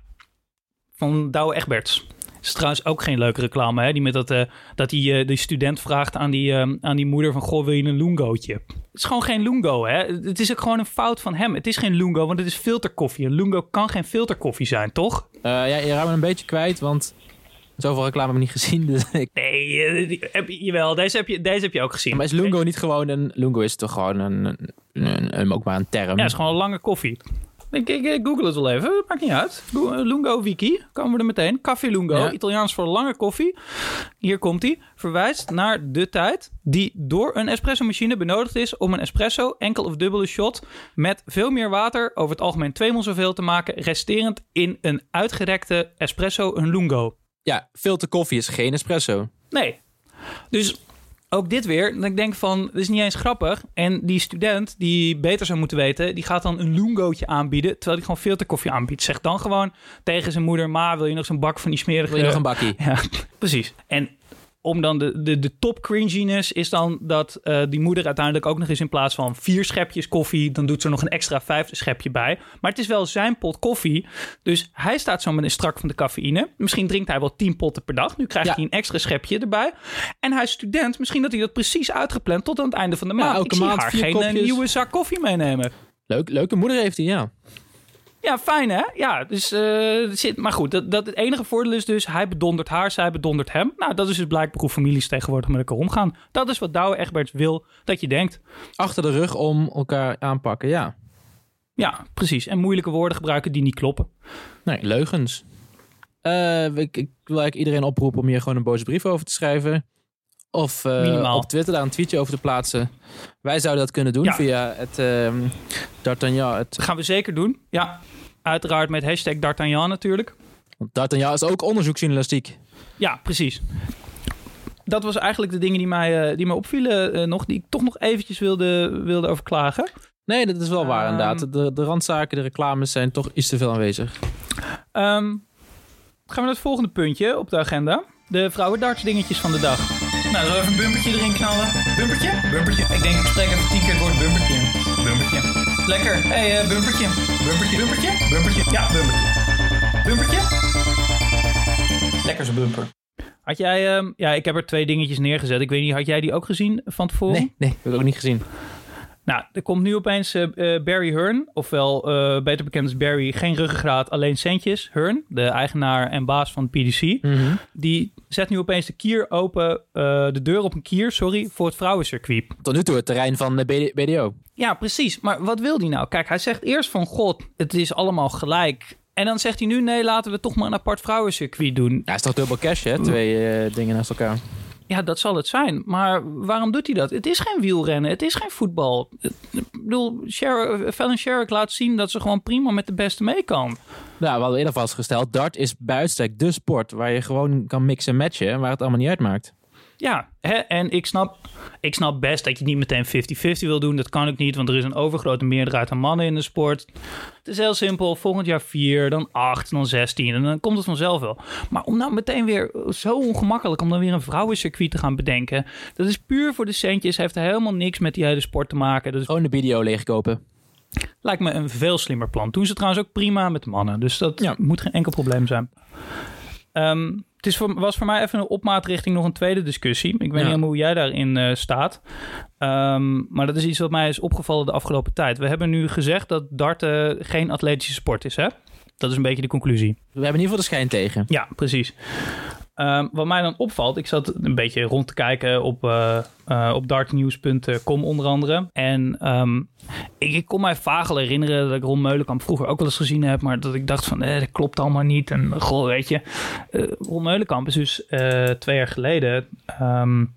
van Douwe Egberts. Dat is trouwens ook geen leuke reclame, hè? Die met dat, uh, dat die, uh, die student vraagt aan die, uh, aan die moeder van... Goh, wil je een lungootje? Het is gewoon geen lungo, hè? Het is ook gewoon een fout van hem. Het is geen lungo, want het is filterkoffie. Een lungo kan geen filterkoffie zijn, toch? Uh, ja, je raakt me een beetje kwijt, want... Zoveel reclame heb ik niet gezien. Dus ik... Nee, uh, heb je, jawel, deze heb, je, deze heb je ook gezien. Maar is lungo niet gewoon een... Lungo is toch gewoon een, een, een, een ook maar een term? Ja, het is gewoon een lange koffie. Ik, ik, ik google het wel even, maakt niet uit. Lungo Wiki, komen we er meteen. Café Lungo, ja. Italiaans voor lange koffie. Hier komt hij. Verwijst naar de tijd die door een espresso-machine benodigd is... om een espresso, enkel of dubbele shot... met veel meer water, over het algemeen tweemaal zoveel te maken... resterend in een uitgerekte espresso, een lungo. Ja, filter koffie is geen espresso. Nee. Dus... Ook dit weer, dat ik denk van, dit is niet eens grappig. En die student die beter zou moeten weten... die gaat dan een lungootje aanbieden... terwijl hij gewoon filterkoffie aanbiedt. Zeg dan gewoon tegen zijn moeder... Ma, wil je nog zo'n bak van die smerige... Wil je nog een bakkie? Ja, precies. En om dan de, de, de top cringiness is dan dat uh, die moeder uiteindelijk ook nog eens... in plaats van vier schepjes koffie... dan doet ze er nog een extra vijfde schepje bij. Maar het is wel zijn pot koffie. Dus hij staat zo met een strak van de cafeïne. Misschien drinkt hij wel tien potten per dag. Nu krijgt ja. hij een extra schepje erbij. En hij is student. Misschien dat hij dat precies uitgepland tot aan het einde van de maand. Ja, elke Ik maand zie haar geen kopjes. nieuwe zak koffie meenemen. Leuk, leuke moeder heeft hij, ja. Ja, fijn hè? Ja, dus, uh, zit, maar goed, dat, dat het enige voordeel is dus... hij bedondert haar, zij bedondert hem. Nou, dat is dus blijkbaar hoe families tegenwoordig met elkaar omgaan. Dat is wat Douwe Egberts wil dat je denkt. Achter de rug om elkaar aanpakken, ja. Ja, precies. En moeilijke woorden gebruiken die niet kloppen. Nee, leugens. Uh, ik, ik wil eigenlijk iedereen oproepen om hier gewoon een boze brief over te schrijven. Of uh, op Twitter daar een tweetje over te plaatsen. Wij zouden dat kunnen doen ja. via het uh, D'Artagnan. Het... Dat gaan we zeker doen, ja. Uiteraard met hashtag D'Artagnan natuurlijk. Want D'Artagnan is ook onderzoeksjournalistiek. Ja, precies. Dat was eigenlijk de dingen die mij, uh, die mij opvielen uh, nog. Die ik toch nog eventjes wilde, wilde overklagen. Nee, dat is wel waar um, inderdaad. De, de randzaken, de reclames zijn toch iets te veel aanwezig. Um, gaan we naar het volgende puntje op de agenda. De vrouwendarts dingetjes van de dag. Nou, zullen we even een bumpertje erin knallen? Bumpertje? Bumpertje. Ik denk, ik spreek even tien keer het woord bumpertje. Bumpertje. Lekker. Hé, hey, uh, bumpertje. Bumpertje. Bumpertje. Bumpertje. Ja, bumpertje. Bumpertje. Lekker zo'n bumper. Had jij... Um, ja, ik heb er twee dingetjes neergezet. Ik weet niet, had jij die ook gezien van tevoren? Nee, nee, heb ik ook niet gezien. Nou, er komt nu opeens uh, uh, Barry Hearn, ofwel uh, beter bekend als Barry, geen ruggengraat, alleen centjes. Hearn, de eigenaar en baas van het P D C, mm-hmm. die zet nu opeens de kier open, uh, de deur op een kier, sorry, voor het vrouwencircuit. Tot nu toe het terrein van de B D O. Ja, precies. Maar wat wil hij nou? Kijk, hij zegt eerst van, god, het is allemaal gelijk. En dan zegt hij nu, nee, laten we toch maar een apart vrouwencircuit doen. Ja, is toch dubbel cash, hè? Twee uh, dingen naast elkaar. Ja, dat zal het zijn. Maar waarom doet hij dat? Het is geen wielrennen. Het is geen voetbal. Ik bedoel, Fallon Sherrock laat zien dat ze gewoon prima met de beste mee kan. Nou, we hadden eerder vastgesteld. Dart is bij uitstek de sport waar je gewoon kan mixen en matchen. En waar het allemaal niet uitmaakt. Ja, hè? En ik snap, ik snap best dat je niet meteen vijftig vijftig wil doen. Dat kan ook niet, want er is een overgrote meerderheid aan mannen in de sport. Het is heel simpel. Volgend jaar vier, dan acht, dan zestien. En dan komt het vanzelf wel. Maar om nou meteen weer zo ongemakkelijk om dan weer een vrouwencircuit te gaan bedenken. Dat is puur voor de centjes. Heeft er helemaal niks met die hele sport te maken. Dat is... Gewoon de video leegkopen. Lijkt me een veel slimmer plan. Doen ze trouwens ook prima met de mannen. Dus dat ja. moet geen enkel probleem zijn. Um, het is voor, was voor mij even een opmaat richting nog een tweede discussie. Ik weet ja. niet helemaal hoe jij daarin uh, staat. Um, maar dat is iets wat mij is opgevallen de afgelopen tijd. We hebben nu gezegd dat darten geen atletische sport is, hè? Dat is een beetje de conclusie. We hebben in ieder geval de schijn tegen. Ja, precies. Um, wat mij dan opvalt, ik zat een beetje rond te kijken op, uh, uh, op dartnews punt com onder andere. En um, ik, ik kon mij vaag al herinneren dat ik Ron Meulenkamp vroeger ook wel eens gezien heb. Maar dat ik dacht van, eh, dat klopt allemaal niet. En goh, weet je. Uh, Ron Meulenkamp is dus uh, twee jaar geleden... Um,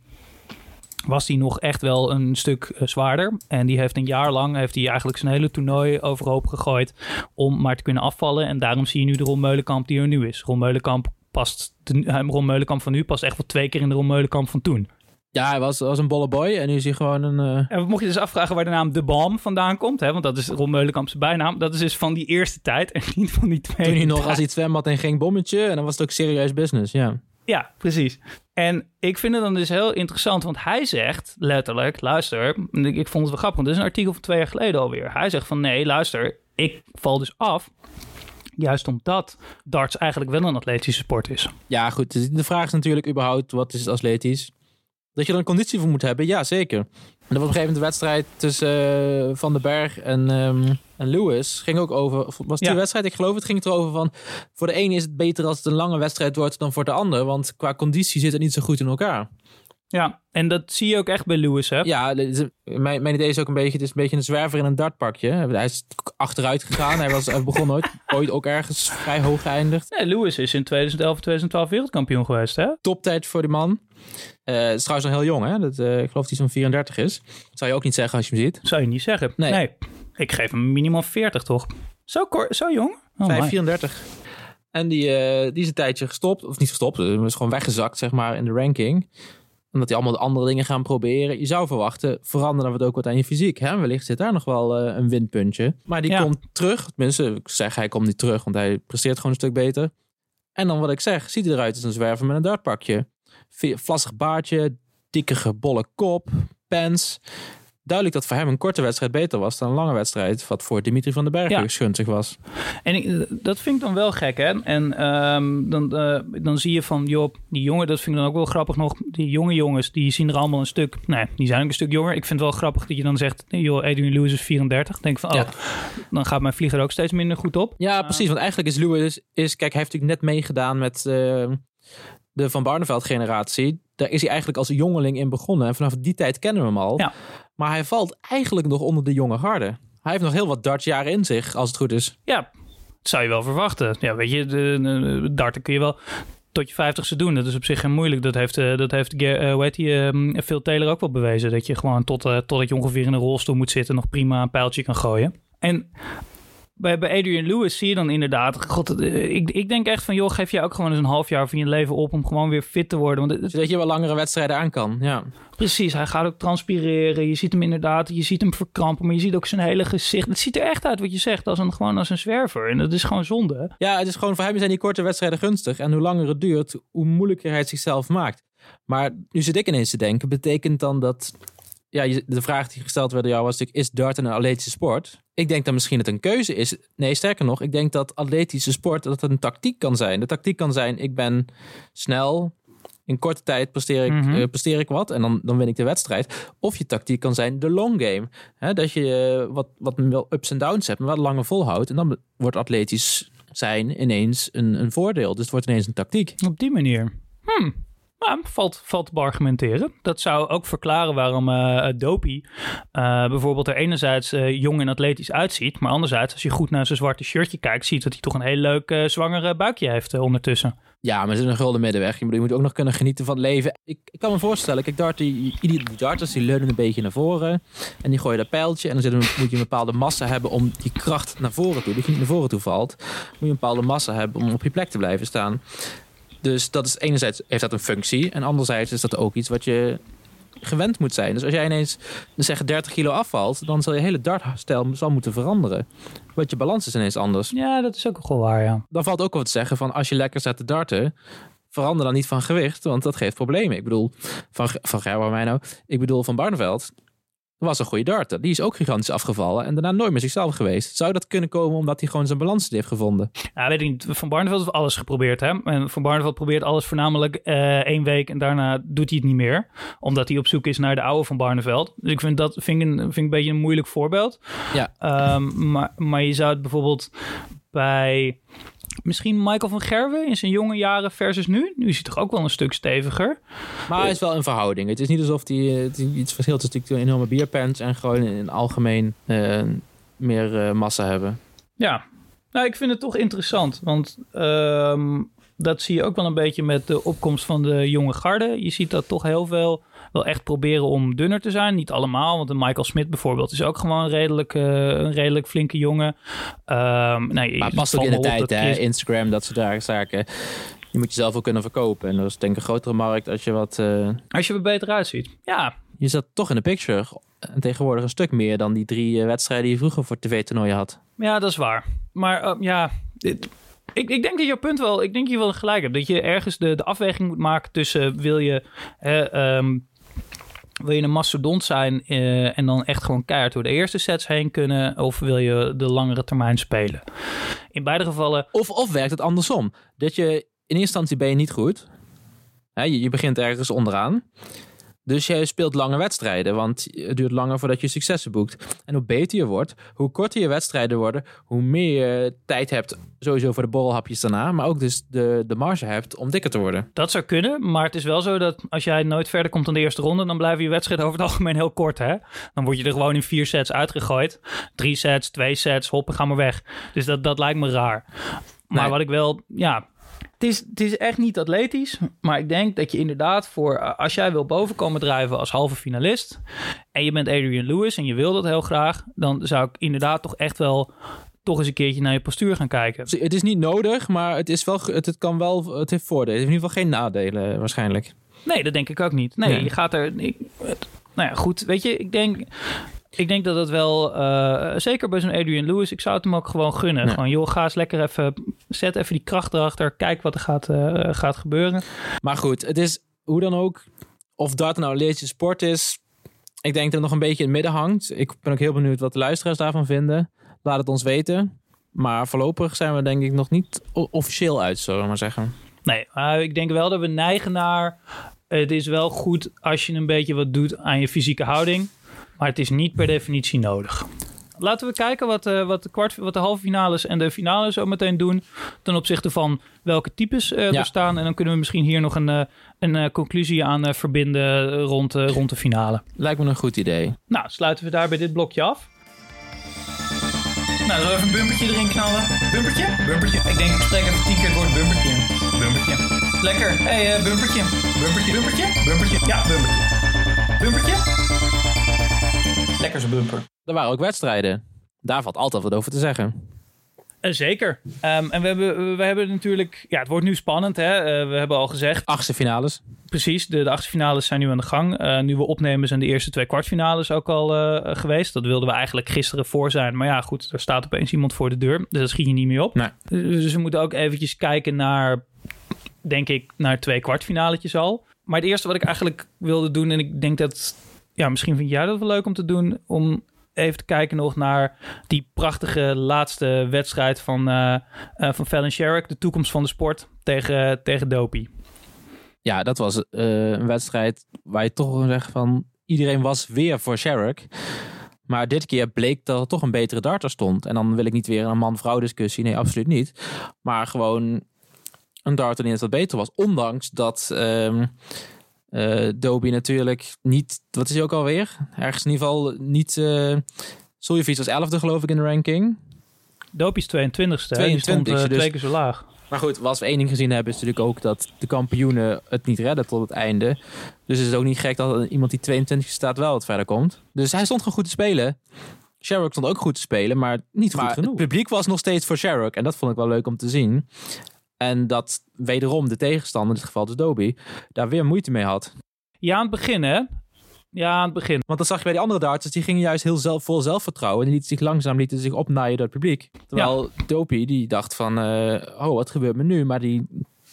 was hij nog echt wel een stuk uh, zwaarder. En die heeft een jaar lang heeft hij eigenlijk zijn hele toernooi overhoop gegooid om maar te kunnen afvallen. En daarom zie je nu de Ron Meulenkamp die er nu is. Ron Meulenkamp past de uh, Ron Meulenkamp van nu past echt wel twee keer in de Ron Meulenkamp van toen. Ja, hij was, was een bolle boy en nu is hij gewoon een... Uh... En mocht je dus afvragen waar de naam De Balm vandaan komt, hè, want dat is Ron Meulenkamp zijn bijnaam. Dat is dus van die eerste tijd en niet van die tweede Toen hij nog tijd. als hij het zwembad en ging bommetje en dan was het ook serieus business, ja. Ja, precies. En ik vind het dan dus heel interessant, want hij zegt letterlijk, luister, ik, ik vond het wel grappig, want dit is een artikel van twee jaar geleden alweer. Hij zegt van nee, luister, ik val dus af, juist omdat darts eigenlijk wel een atletische sport is. Ja, goed. De vraag is natuurlijk überhaupt, wat is het atletisch? Dat je er een conditie voor moet hebben, ja, zeker. En op een gegeven moment de wedstrijd tussen uh, Van den Berg en, um, en Lewis ging ook over... Was die ja. wedstrijd? Ik geloof het ging erover van... Voor de ene is het beter als het een lange wedstrijd wordt dan voor de ander. Want qua conditie zit het niet zo goed in elkaar. Ja, en dat zie je ook echt bij Lewis, hè? Ja, mijn, mijn idee is ook een beetje... Het is een beetje een zwerver in een dartpakje. Hij is achteruit gegaan. Hij, was, hij begon ooit, ooit ook ergens vrij hoog geëindigd. Nee, Lewis is in tweeduizend elf, tweeduizend twaalf wereldkampioen geweest, hè? Toptijd voor die man. Uh, het is trouwens nog heel jong, hè? Dat, uh, ik geloof dat hij zo'n vierendertig is. Dat zou je ook niet zeggen als je hem ziet. Zou je niet zeggen. Nee. nee. Ik geef hem minimaal veertig, toch? Zo, kort, zo jong? Oh, vijf vierendertig. En die, uh, die is een tijdje gestopt. Of niet gestopt. Hij is gewoon weggezakt, zeg maar, in de ranking. Omdat hij allemaal andere dingen gaan proberen. Je zou verwachten, veranderen we het ook wat aan je fysiek. Hè? Wellicht zit daar nog wel uh, een winpuntje. Maar die ja. komt terug. Tenminste, ik zeg hij komt niet terug. Want hij presteert gewoon een stuk beter. En dan wat ik zeg, ziet hij eruit als een zwerver met een dartpakje. Vlassig baardje, dikke bolle kop, pens. Duidelijk dat voor hem een korte wedstrijd beter was dan een lange wedstrijd. Wat voor Dimitri van den Berg ja. gunstig was. En ik, dat vind ik dan wel gek, hè. En um, dan, uh, dan zie je van, joh, die jongen, dat vind ik dan ook wel grappig nog. Die jonge jongens, die zien er allemaal een stuk... Nee, die zijn ook een stuk jonger. Ik vind het wel grappig dat je dan zegt, joh, Adrian Lewis is vierendertig. Denk van, oh, ja. dan gaat mijn vlieger ook steeds minder goed op. Ja, uh, precies. Want eigenlijk is Lewis... Is, kijk, hij heeft natuurlijk net meegedaan met... Uh, de Van Barneveld generatie, daar is hij eigenlijk als jongeling in begonnen. En vanaf die tijd kennen we hem al. Ja. Maar hij valt eigenlijk nog onder de jonge garde. Hij heeft nog heel wat dartjaren in zich, als het goed is. Ja, dat zou je wel verwachten. Ja, weet je, de, de darten kun je wel tot je vijftigste doen. Dat is op zich geen moeilijk. Dat heeft, uh, dat heeft uh, hoe heet die, uh, Phil Taylor ook wel bewezen. Dat je gewoon tot, uh, totdat je ongeveer in een rolstoel moet zitten nog prima een pijltje kan gooien. En... Bij, bij Adrian Lewis zie je dan inderdaad... God, ik, ik denk echt van... joh, geef je ook gewoon eens een half jaar van je leven op... om gewoon weer fit te worden. Want het, Zodat je wel langere wedstrijden aan kan, ja. Precies, hij gaat ook transpireren. Je ziet hem inderdaad, je ziet hem verkrampen... maar je ziet ook zijn hele gezicht. Het ziet er echt uit wat je zegt, als een, gewoon als een zwerver. En dat is gewoon zonde. Ja, het is gewoon voor hem zijn die korte wedstrijden gunstig. En hoe langer het duurt, hoe moeilijker hij het zichzelf maakt. Maar nu zit ik ineens te denken... betekent dan dat... Ja, de vraag die gesteld werd door jou was natuurlijk... is dart een atletische sport? Ik denk dat misschien het een keuze is. Nee, sterker nog, ik denk dat atletische sport... dat het een tactiek kan zijn. De tactiek kan zijn, ik ben snel... in korte tijd presteer ik, mm-hmm. uh, presteer ik wat... en dan, dan win ik de wedstrijd. Of je tactiek kan zijn de long game. Hè, dat je uh, wat, wat wel ups en downs hebt... maar wat langer volhoudt. En dan wordt atletisch zijn ineens een, een voordeel. Dus het wordt ineens een tactiek. Op die manier. Hmm. Ja, valt, valt te argumenteren. Dat zou ook verklaren waarom uh, Dopey uh, bijvoorbeeld er enerzijds uh, jong en atletisch uitziet. Maar anderzijds, als je goed naar zijn zwarte shirtje kijkt, ziet dat hij toch een heel leuk uh, zwangere buikje heeft uh, ondertussen. Ja, maar het is een gulden middenweg. Je moet, je moet ook nog kunnen genieten van het leven. Ik, ik kan me voorstellen, kijk, dart, die, die, die darters die leunen een beetje naar voren. En die gooien dat pijltje. En dan zit een, moet je een bepaalde massa hebben om die kracht naar voren toe, dat je niet naar voren toe valt. Moet je een bepaalde massa hebben om op je plek te blijven staan. Dus dat is enerzijds heeft dat een functie. En anderzijds is dat ook iets wat je gewend moet zijn. Dus als jij ineens zeg dertig kilo afvalt, dan zal je hele dartstijl zal moeten veranderen. Want je balans is ineens anders. Ja, dat is ook wel waar, ja. Dan valt ook wat te zeggen van als je lekker staat te darten, verander dan niet van gewicht, want dat geeft problemen. Ik bedoel, van, van Gerber mij nou, ik bedoel van Barneveld was een goede darter. Die is ook gigantisch afgevallen en daarna nooit meer zichzelf geweest. Zou dat kunnen komen omdat hij gewoon zijn balans heeft gevonden? Ja, weet ik niet. Van Barneveld heeft alles geprobeerd, hè. En Van Barneveld probeert alles voornamelijk uh, één week en daarna doet hij het niet meer. Omdat hij op zoek is naar de oude Van Barneveld. Dus ik vind dat vind ik een, vind ik een beetje een moeilijk voorbeeld. Ja. Um, maar, maar je zou het bijvoorbeeld bij... Misschien Michael van Gerwen in zijn jonge jaren versus nu. Nu is hij toch ook wel een stuk steviger. Maar hij is wel een verhouding. Het is niet alsof hij uh, iets verschilt. Het is natuurlijk een enorme bierpens en gewoon in het algemeen uh, meer uh, massa hebben. Ja, nou ik vind het toch interessant. Want um, dat zie je ook wel een beetje met de opkomst van de jonge garde. Je ziet dat toch heel veel wel echt proberen om dunner te zijn. Niet allemaal, want de Michael Smith bijvoorbeeld is ook gewoon een redelijk, uh, een redelijk flinke jongen. Um, nee, maar het past ook in de tijd, hè? Chris... Instagram, dat soort zaken. Je moet jezelf ook kunnen verkopen. En dat is denk ik een grotere markt als je wat... Uh... Als je er beter uitziet, ja. Je zat toch in de picture. En tegenwoordig een stuk meer dan die drie uh, wedstrijden die je vroeger voor tv-toernooien had. Ja, dat is waar. Maar uh, ja... Dit... Ik, ik denk dat je punt wel, ik denk dat je wel gelijk hebt. Dat je ergens de, de afweging moet maken tussen wil je, hè, um, wil je een mastodont zijn uh, en dan echt gewoon keihard door de eerste sets heen kunnen, of wil je de langere termijn spelen? In beide gevallen. Of, of werkt het andersom? Dat je in eerste instantie ben je niet goed. Hè, je, je begint ergens onderaan. Dus je speelt lange wedstrijden, want het duurt langer voordat je successen boekt. En hoe beter je wordt, hoe korter je wedstrijden worden, hoe meer je tijd hebt sowieso voor de borrelhapjes daarna, maar ook dus de, de marge hebt om dikker te worden. Dat zou kunnen, maar het is wel zo dat als jij nooit verder komt dan de eerste ronde, dan blijven je wedstrijden over het algemeen heel kort, hè? Dan word je er gewoon in vier sets uitgegooid. Drie sets, twee sets, hoppen, ga maar weg. Dus dat, dat lijkt me raar. Maar nee. Wat ik wel, ja... Het is, het is echt niet atletisch, maar ik denk dat je inderdaad voor... Als jij wil bovenkomen drijven als halve finalist en je bent Adrian Lewis en je wil dat heel graag, dan zou ik inderdaad toch echt wel toch eens een keertje naar je postuur gaan kijken. Het is niet nodig, maar het, is wel, het, het kan wel... Het heeft voordelen. Het heeft in ieder geval geen nadelen waarschijnlijk. Nee, dat denk ik ook niet. Nee, nee. Je gaat er... Ik, nou ja, goed. Weet je, ik denk... Ik denk dat het wel, uh, zeker bij zo'n Adrian Lewis, ik zou het hem ook gewoon gunnen. Ja. Gewoon, joh, ga eens lekker even, zet even die kracht erachter, kijk wat er gaat, uh, gaat gebeuren. Maar goed, het is hoe dan ook, of dart nou een leertje sport is, ik denk dat het nog een beetje in het midden hangt. Ik ben ook heel benieuwd wat de luisteraars daarvan vinden. Laat het ons weten. Maar voorlopig zijn we denk ik nog niet officieel uit, zullen we maar zeggen. Nee, uh, ik denk wel dat we neigen naar, het is wel goed als je een beetje wat doet aan je fysieke houding. Maar het is niet per definitie nodig. Laten we kijken wat, uh, wat, de, kwart, wat de halve finales en de finale zo meteen doen. Ten opzichte van welke types uh, ja. er staan. En dan kunnen we misschien hier nog een, uh, een uh, conclusie aan uh, verbinden rond, uh, rond de finale. Lijkt me een goed idee. Nou, sluiten we daarbij dit blokje af. Nou, zullen we even een bumpertje erin knallen? Bumpertje? Bumpertje. Ik denk, ik spreek even tien keer het woord bumpertje. Bumpertje. Lekker. Hé, hey, uh, bumpertje. Bumpertje. Bumpertje? Bumpertje. Ja, bumpertje. Bumpertje? Lekker zo'n bumper. Er waren ook wedstrijden. Daar valt altijd wat over te zeggen. Uh, zeker. Um, en we hebben, we hebben natuurlijk... Ja, het wordt nu spannend, hè. Uh, we hebben al gezegd... Achtste finales. Precies. De, de achtste finales zijn nu aan de gang. Uh, nu we opnemen zijn de eerste twee kwartfinales ook al uh, geweest. Dat wilden we eigenlijk gisteren voor zijn. Maar ja, goed. Er staat opeens iemand voor de deur. Dus dat schiet je niet meer op. Nee. Dus we moeten ook eventjes kijken naar... Denk ik, naar twee kwartfinaletjes al. Maar het eerste wat ik eigenlijk wilde doen... En ik denk dat... Ja, misschien vind jij dat wel leuk om te doen... om even te kijken nog naar die prachtige laatste wedstrijd van, uh, uh, van Fallon Sherrock. De toekomst van de sport tegen, tegen Dopey. Ja, dat was uh, een wedstrijd waar je toch zegt van... Iedereen was weer voor Sherrock. Maar dit keer bleek dat er toch een betere darter stond. En dan wil ik niet weer een man-vrouw discussie. Nee, absoluut niet. Maar gewoon een darter die net wat beter was. Ondanks dat... Um, Uh, Dopey natuurlijk niet... Wat is hij ook alweer? Ergens in ieder geval niet... Uh, Suljovic was elfde geloof ik in de ranking. Dopey is tweeëntwintigste. tweeëntwintigste. Stond, uh, dus, twee keer zo laag. Maar goed, wat we één ding gezien hebben... is natuurlijk ook dat de kampioenen het niet redden tot het einde. Dus het is ook niet gek dat iemand die tweeëntwintigste staat wel wat verder komt. Dus hij stond gewoon goed te spelen. Sherrock stond ook goed te spelen, maar niet maar goed genoeg. Het publiek was nog steeds voor Sherrock. En dat vond ik wel leuk om te zien. En dat wederom de tegenstander, in dit geval dus Dopey, daar weer moeite mee had. Ja, aan het begin hè? Ja, aan het begin. Want dat zag je bij die andere darters, die gingen juist heel zelf, vol zelfvertrouwen. En die lieten zich langzaam lieten zich opnaaien door het publiek. Terwijl ja. Dopey, die dacht van, uh, oh, wat gebeurt me nu? Maar die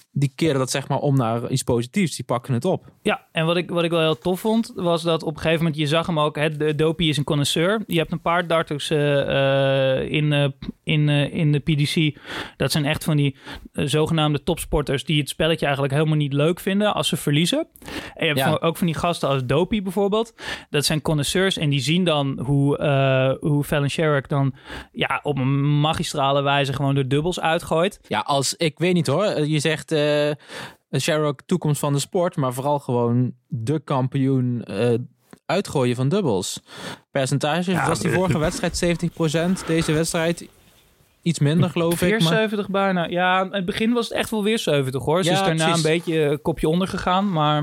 die keren dat zeg maar om naar iets positiefs. Die pakken het op. Ja, en wat ik, wat ik wel heel tof vond, was dat op een gegeven moment, je zag hem ook, hè, de Dopey is een connoisseur. Je hebt een paar darters uh, uh, in, uh, in, uh, in de P D C. Dat zijn echt van die uh, zogenaamde topsporters die het spelletje eigenlijk helemaal niet leuk vinden als ze verliezen. En je hebt Ja. van, ook van die gasten als Dopey bijvoorbeeld. Dat zijn connoisseurs en die zien dan hoe, uh, hoe Fallon Sherrock dan ja, op een magistrale wijze gewoon de dubbels uitgooit. Ja, als ik weet niet hoor. Je zegt uh, Sherrock toekomst van de sport, maar vooral gewoon de kampioen uh, uitgooien van dubbels. Percentage Ja, was die vorige wedstrijd zeventig procent. Deze wedstrijd iets minder geloof ik. Maar... zeventig bijna. Ja, in het begin was het echt wel weer zeventig hoor. Ze Ja, is daarna precies. een beetje een kopje onder gegaan, maar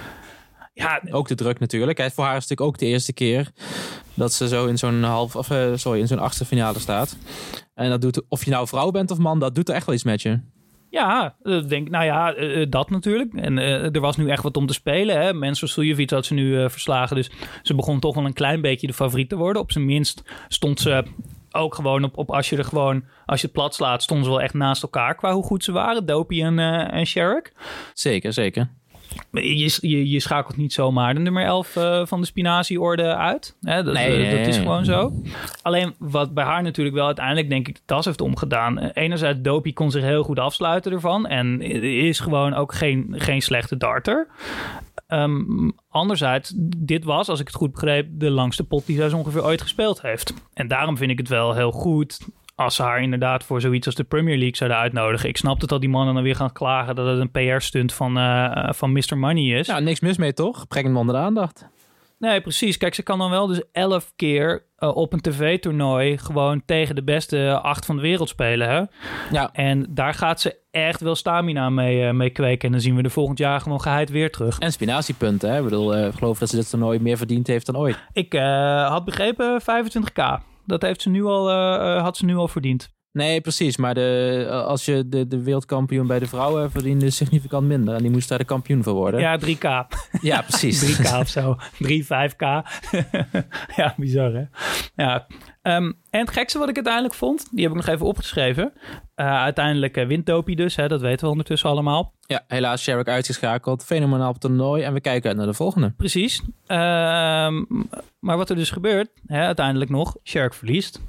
ja, Ook de druk natuurlijk. Hè. Voor haar is het natuurlijk ook de eerste keer dat ze zo in zo'n half, of uh, sorry, in zo'n achtste finale staat. En dat doet, of je nou vrouw bent of man, dat doet er echt wel iets met je. ja, uh, denk, nou ja, uh, dat natuurlijk. En uh, er was nu echt wat om te spelen. Hè. Mensur Suljovic had ze nu uh, verslagen, dus ze begon toch wel een klein beetje de favoriet te worden. Op zijn minst stond ze ook gewoon op, op als je er gewoon, als je het plat slaat, stonden ze wel echt naast elkaar qua hoe goed ze waren, Dopey en, uh, en Sherrock. Zeker, zeker. Je, je, je schakelt niet zomaar de nummer elf uh, van de spinazie-orde uit. Hè, dat, Nee, nee, dat is nee. gewoon zo. Alleen wat bij haar natuurlijk wel uiteindelijk denk ik de tas heeft omgedaan. Uh, enerzijds, Dopey kon zich heel goed afsluiten ervan. En is gewoon ook geen, geen slechte darter. Um, anderzijds, dit was, als ik het goed begreep, de langste pot die zij zo ongeveer ooit gespeeld heeft. En daarom vind ik het wel heel goed als ze haar inderdaad voor zoiets als de Premier League zouden uitnodigen. Ik snap het dat die mannen dan weer gaan klagen dat het een P R-stunt van, uh, van mister Money is. Nou, niks mis mee toch? Breng hem onder de aandacht. Nee, precies. Kijk, ze kan dan wel dus elf keer uh, op een tv-toernooi gewoon tegen de beste acht van de wereld spelen. Hè? Ja, En daar gaat ze echt wel stamina mee, uh, mee kweken. En dan zien we er volgend jaar gewoon geheid weer terug. en spinatiepunten. Hè? Ik bedoel, uh, ik geloof dat ze dit toernooi meer verdiend heeft dan ooit. Ik uh, had begrepen vijfentwintig k. Dat heeft ze nu al, uh, had ze nu al verdiend. Nee, precies. Maar de, als je de, de wereldkampioen bij de vrouwen verdiende significant minder. En die moest daar de kampioen voor worden. Ja, drie k. Ja, precies. drie k of zo. drie, vijf k. Ja, bizar hè. Ja. Um, en het gekste wat ik uiteindelijk vond, die heb ik nog even opgeschreven. Uh, uiteindelijk uh, wint Dopey dus, hè, dat weten we ondertussen allemaal. Ja, helaas Sherrock uitgeschakeld. Fenomenaal op het toernooi. En we kijken uit naar de volgende. Precies. Um, maar wat er dus gebeurt, hè, uiteindelijk nog, Sherrock verliest.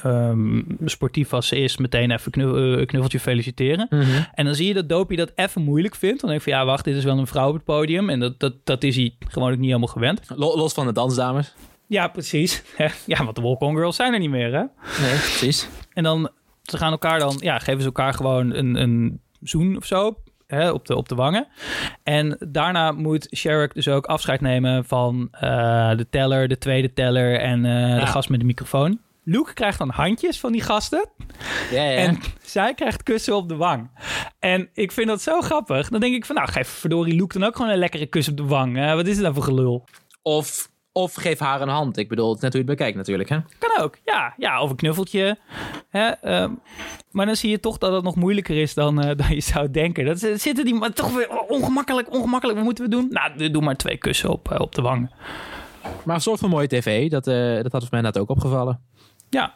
Um, sportief als ze is, meteen even knu- uh, knuffeltje feliciteren. Mm-hmm. En dan zie je dat Dopey dat even moeilijk vindt. Dan denk ik van ja, wacht, dit is wel een vrouw op het podium. En dat, dat, dat is hij gewoon ook niet helemaal gewend. Los van de dansdames. Ja, precies. Ja, want de Walk-On Girls zijn er niet meer, hè? Nee, precies. En dan, ze gaan elkaar dan, ja, geven ze elkaar gewoon een, een zoen of zo. Hè, op, de, op de wangen. En daarna moet Sherrock dus ook afscheid nemen van uh, de teller, de tweede teller en uh, Ja. de gast met de microfoon. Luke krijgt dan handjes van die gasten. Ja, ja. En zij krijgt kussen op de wang. En ik vind dat zo grappig. Dan denk ik van, nou, geef verdorie Luke dan ook gewoon een lekkere kus op de wang. Uh, wat is het nou voor gelul? Of, of geef haar een hand. Ik bedoel, het is net hoe je het bekijkt natuurlijk. Hè? Kan ook, ja. Ja, of een knuffeltje. Hè, uh, maar dan zie je toch dat het nog moeilijker is dan, uh, dan je zou denken. Dat z- zitten die maar toch weer ongemakkelijk, ongemakkelijk. Wat moeten we doen? Nou, doe maar twee kussen op, uh, op de wang. Maar een soort van mooie tv. Dat, uh, dat had mij net ook opgevallen. Ja.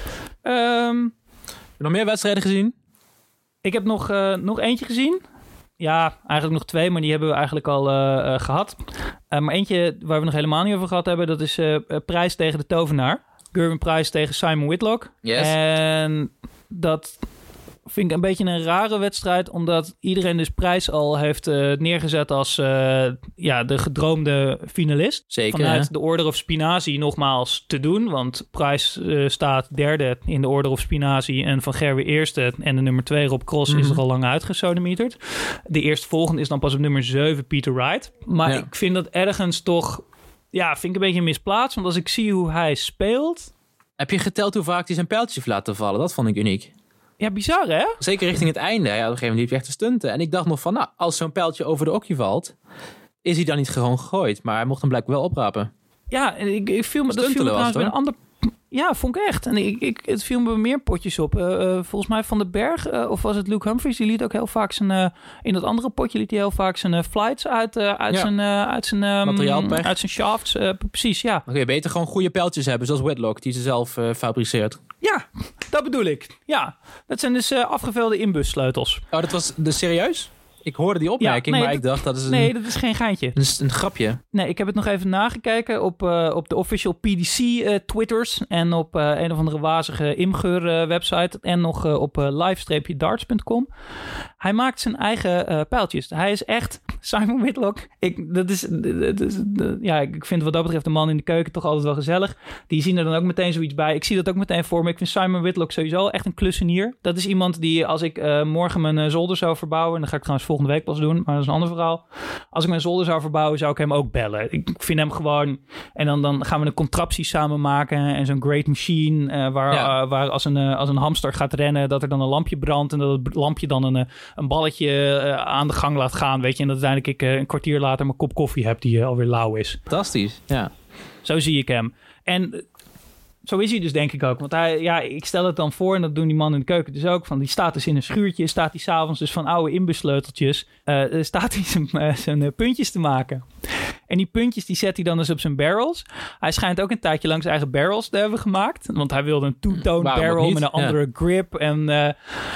Um, Heb je nog meer wedstrijden gezien? ik heb nog, uh, nog eentje gezien. Ja, eigenlijk nog twee, maar die hebben we eigenlijk al uh, uh, gehad. Uh, maar eentje waar we nog helemaal niet over gehad hebben, dat is uh, Prijs tegen de Tovenaar. Gerwin Price tegen Simon Whitlock. Yes. En dat vind ik een beetje een rare wedstrijd, omdat iedereen dus Price al heeft uh, neergezet als uh, ja, de gedroomde finalist. Zeker. Vanuit Hè? de Order of Spinazie nogmaals te doen, want Price uh, staat derde in de Order of Spinazie en Van Gerwen eerste en de nummer twee Rob Cross Mm-hmm. is er al lang uitgesodemieterd. De eerstvolgende is dan pas op nummer zeven Peter Wright. Maar Ja. ik vind dat ergens toch, ja, vind ik een beetje misplaatst, want als ik zie hoe hij speelt, Heb je geteld hoe vaak hij zijn pijltje heeft laten vallen? Dat vond ik uniek. ja, bizar hè? Zeker richting het einde. Ja, op een gegeven moment liep hij echt te stunten. En ik dacht nog van, nou, als zo'n pijltje over de okje valt, is hij dan niet gewoon gegooid. Maar hij mocht hem blijkbaar wel oprapen. Ja, en ik, ik viel me, dat viel me Stuntelen was trouwens bij het, een ander. Ja, vond ik echt. En ik, ik, het viel me bij meer potjes op. Uh, uh, volgens mij Van den Berg, uh, of was het Luke Humphries? Die liet ook heel vaak zijn, uh, in dat andere potje liet hij heel vaak zijn uh, flights uit, uh, uit, Ja. zijn, uh, uit zijn, um, Materiaalpech. uit zijn shafts. Uh, precies, ja. Dan kun je beter gewoon goede pijltjes hebben, zoals Whitlock, die ze zelf uh, fabriceert. Ja, dat bedoel ik. Ja, dat zijn dus uh, afgevulde inbussleutels. Oh, dat was dus serieus? ik hoorde die opmerking, Ja, nee, maar dat- ik dacht dat is een, Nee, dat is geen geintje. een, een grapje. Nee, ik heb het nog even nagekeken op, uh, op de official P D C uh, Twitters en op uh, een of andere wazige Imgur uh, website en nog uh, op uh, live darts punt com. Hij maakt zijn eigen uh, pijltjes. Hij is echt Simon Whitlock. Ik, dat is, dat is, dat, ja, ik vind wat dat betreft de man in de keuken toch altijd wel gezellig. Die zien er dan ook meteen zoiets bij. Ik zie dat ook meteen voor me. Ik vind Simon Whitlock sowieso echt een klussenier. Dat is iemand die, als ik uh, morgen mijn uh, zolder zou verbouwen, en dat ga ik trouwens volgende week pas doen, maar dat is een ander verhaal. Als ik mijn zolder zou verbouwen, zou ik hem ook bellen. Ik vind hem gewoon, en dan, dan gaan we een contraptie samen maken en zo'n great machine, uh, waar, Ja. uh, waar als, een, uh, als een hamster gaat rennen, dat er dan een lampje brandt en dat het lampje dan een, uh, een balletje uh, aan de gang laat gaan, weet je. En dat uiteindelijk ik uh, een kwartier later mijn kop koffie heb die uh, alweer lauw is. Fantastisch, ja. Zo zie ik hem. En uh, zo is hij dus denk ik ook. Want hij, ja, ik stel het dan voor, en dat doen die mannen in de keuken dus ook, van die staat dus in een schuurtje, staat hij s'avonds dus van oude inbussleuteltjes, uh, staat hij zijn, uh, zijn uh, puntjes te maken. En die puntjes die zet hij dan dus op zijn barrels. Hij schijnt ook een tijdje lang zijn eigen barrels te hebben gemaakt. Want hij wilde een two-tone Waarom ook barrel niet? met een andere Ja. grip. En uh,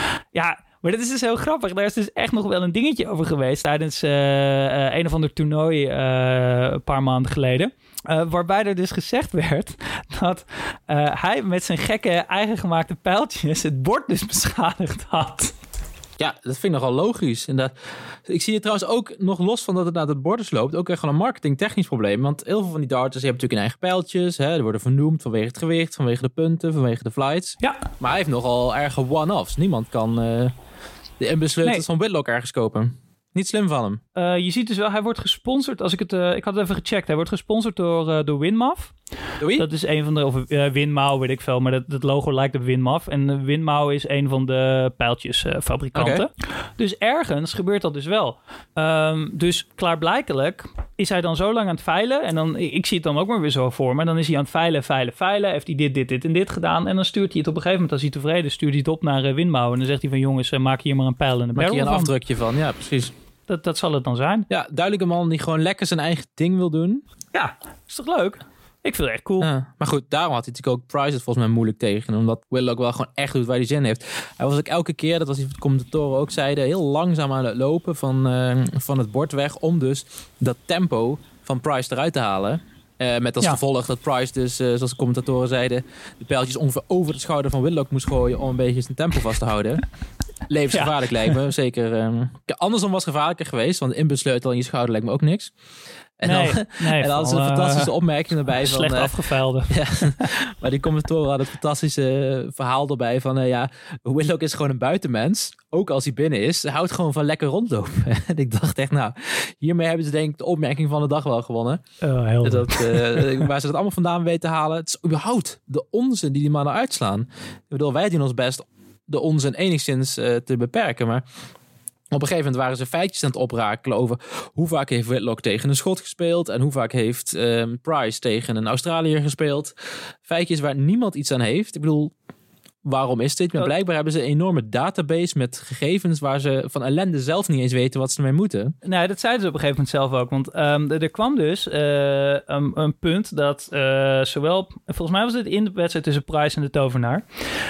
ja, maar dat is dus heel grappig. Daar is dus echt nog wel een dingetje over geweest tijdens uh, uh, een of ander toernooi uh, een paar maanden geleden. Uh, waarbij er dus gezegd werd dat uh, hij met zijn gekke eigen gemaakte pijltjes het bord dus beschadigd had. Ja, dat vind ik nogal logisch. En dat, ik zie het trouwens ook, nog los van dat het naar het bord loopt, ook echt gewoon een marketingtechnisch probleem. Want heel veel van die darters, die hebben natuurlijk hun eigen pijltjes. Hè, die worden vernoemd vanwege het gewicht, vanwege de punten, vanwege de flights. Ja. Maar hij heeft nogal erge one-offs. Niemand kan uh, de inbusleutels Nee. van Whitlock ergens kopen. Niet slim van hem. Uh, je ziet dus wel, hij wordt gesponsord, als ik het, uh, ik had het even gecheckt, hij wordt gesponsord door, uh, door Winmaf. Doei. Dat is een van de, of uh, Winmau, weet ik veel, maar dat, dat logo lijkt op Winmaf. En uh, Winmau is een van de pijltjesfabrikanten. Uh, okay. Dus ergens gebeurt dat dus wel. Um, dus klaarblijkelijk is hij dan zo lang aan het veilen. En dan, ik zie het dan ook maar weer zo voor me. Dan is hij aan het veilen, veilen, veilen. Heeft hij dit, dit, dit en dit gedaan. En dan stuurt hij het op een gegeven moment, als hij tevreden, stuurt hij het op naar uh, Winmau. En dan zegt hij van jongens, uh, maak hier maar een pijl en een barrel Maak hier een van. afdrukje van, ja precies. Dat, dat zal het dan zijn. Ja, duidelijk een man die gewoon lekker zijn eigen ding wil doen. Ja, is toch leuk? Ik vind het echt cool. Ja, maar goed, daarom had hij natuurlijk ook Price het volgens mij moeilijk tegen. Omdat Whitlock wel gewoon echt doet waar hij zin heeft. Hij was ook elke keer, dat was iets wat de commentatoren ook zeiden, heel langzaam aan het lopen van, uh, van het bord weg. Om dus dat tempo van Price eruit te halen. Uh, met als ja. gevolg dat Price dus, uh, zoals de commentatoren zeiden, de pijltjes ongeveer over de schouder van Whitlock moest gooien om een beetje zijn tempo vast te houden. Levensgevaarlijk ja. lijkt me, zeker. Um, andersom was het gevaarlijker geweest, want de inbussleutel in je schouder lijkt me ook niks. En nee, dan, nee, en dan hadden ze een fantastische opmerking erbij. Van, slecht uh, afgevuilde. Ja, maar die commentatoren hadden het fantastische verhaal erbij van, uh, ja, Whitlock is gewoon een buitenmens. Ook als hij binnen is, hij houdt gewoon van lekker rondlopen. En ik dacht echt, nou, hiermee hebben ze denk ik de opmerking van de dag wel gewonnen. Oh, heel dat, uh, waar ze dat allemaal vandaan weten te halen. Het is überhaupt de onzin die die mannen uitslaan. Ik bedoel, wij doen ons best de onzin enigszins uh, te beperken, maar op een gegeven moment waren ze feitjes aan het oprakelen over hoe vaak heeft Whitlock tegen een Schot gespeeld en hoe vaak heeft um, Price tegen een Australiër gespeeld. Feitjes waar niemand iets aan heeft. Ik bedoel, waarom is dit? Maar blijkbaar hebben ze een enorme database met gegevens waar ze van ellende zelf niet eens weten wat ze ermee moeten. Nee, dat zeiden ze op een gegeven moment zelf ook. Want um, er kwam dus uh, een, een punt dat uh, zowel, volgens mij was het in de wedstrijd tussen Price en de Tovenaar,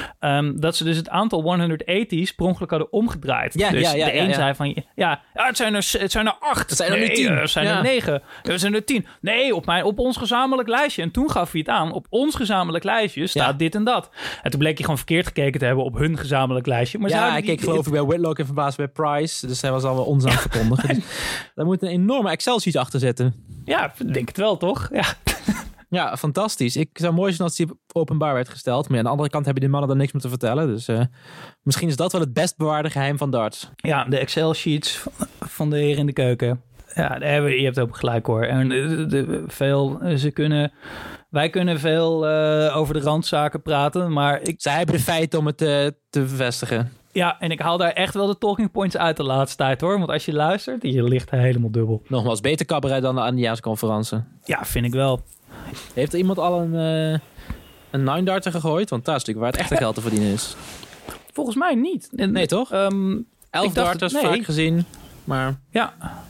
um, dat ze dus het aantal honderdtachtig per ongeluk hadden omgedraaid. Ja, dus ja, ja, de ja, een ja. zei van, ja, ja het, zijn er, het zijn er acht. Het zijn nee, er nu tien. Het zijn ja. er negen. Het zijn er tien. Nee, op, mijn, op ons gezamenlijk lijstje. En toen gaf hij het aan. Op ons gezamenlijk lijstje staat ja. dit en dat. En toen bleek hij gewoon verkeerd gekeken te hebben op hun gezamenlijk lijstje. Maar ja, hij die, keek geloof ik bij Whitlock en verbaasd bij Price. Dus hij was al wel ons aan het verkondigen. Dus daar moet een enorme Excel-sheet achter zitten. Ja, ik denk het wel, toch? Ja. Ja, fantastisch. Ik zou mooi zijn als die openbaar werd gesteld. Maar aan de andere kant hebben die mannen dan niks meer te vertellen. Dus uh, misschien is dat wel het best bewaarde geheim van darts. Ja, de Excel-sheets van de heer in de keuken. Ja, je hebt ook gelijk hoor. En de, de, veel, ze kunnen, wij kunnen veel uh, over de randzaken praten, maar ik... Zij hebben de feiten om het uh, te bevestigen. Ja, en ik haal daar echt wel de talking points uit de laatste tijd hoor. Want als je luistert, je ligt helemaal dubbel. Nogmaals, beter cabaret dan de Andiaansconferentie. Ja, vind ik wel. Heeft er iemand al een, uh, een nine-darter gegooid? Want daar is natuurlijk waar het echte geld te verdienen is. Volgens mij niet. Nee, toch? Um, Elf darters, nee. vaak gezien. Maar... Ja.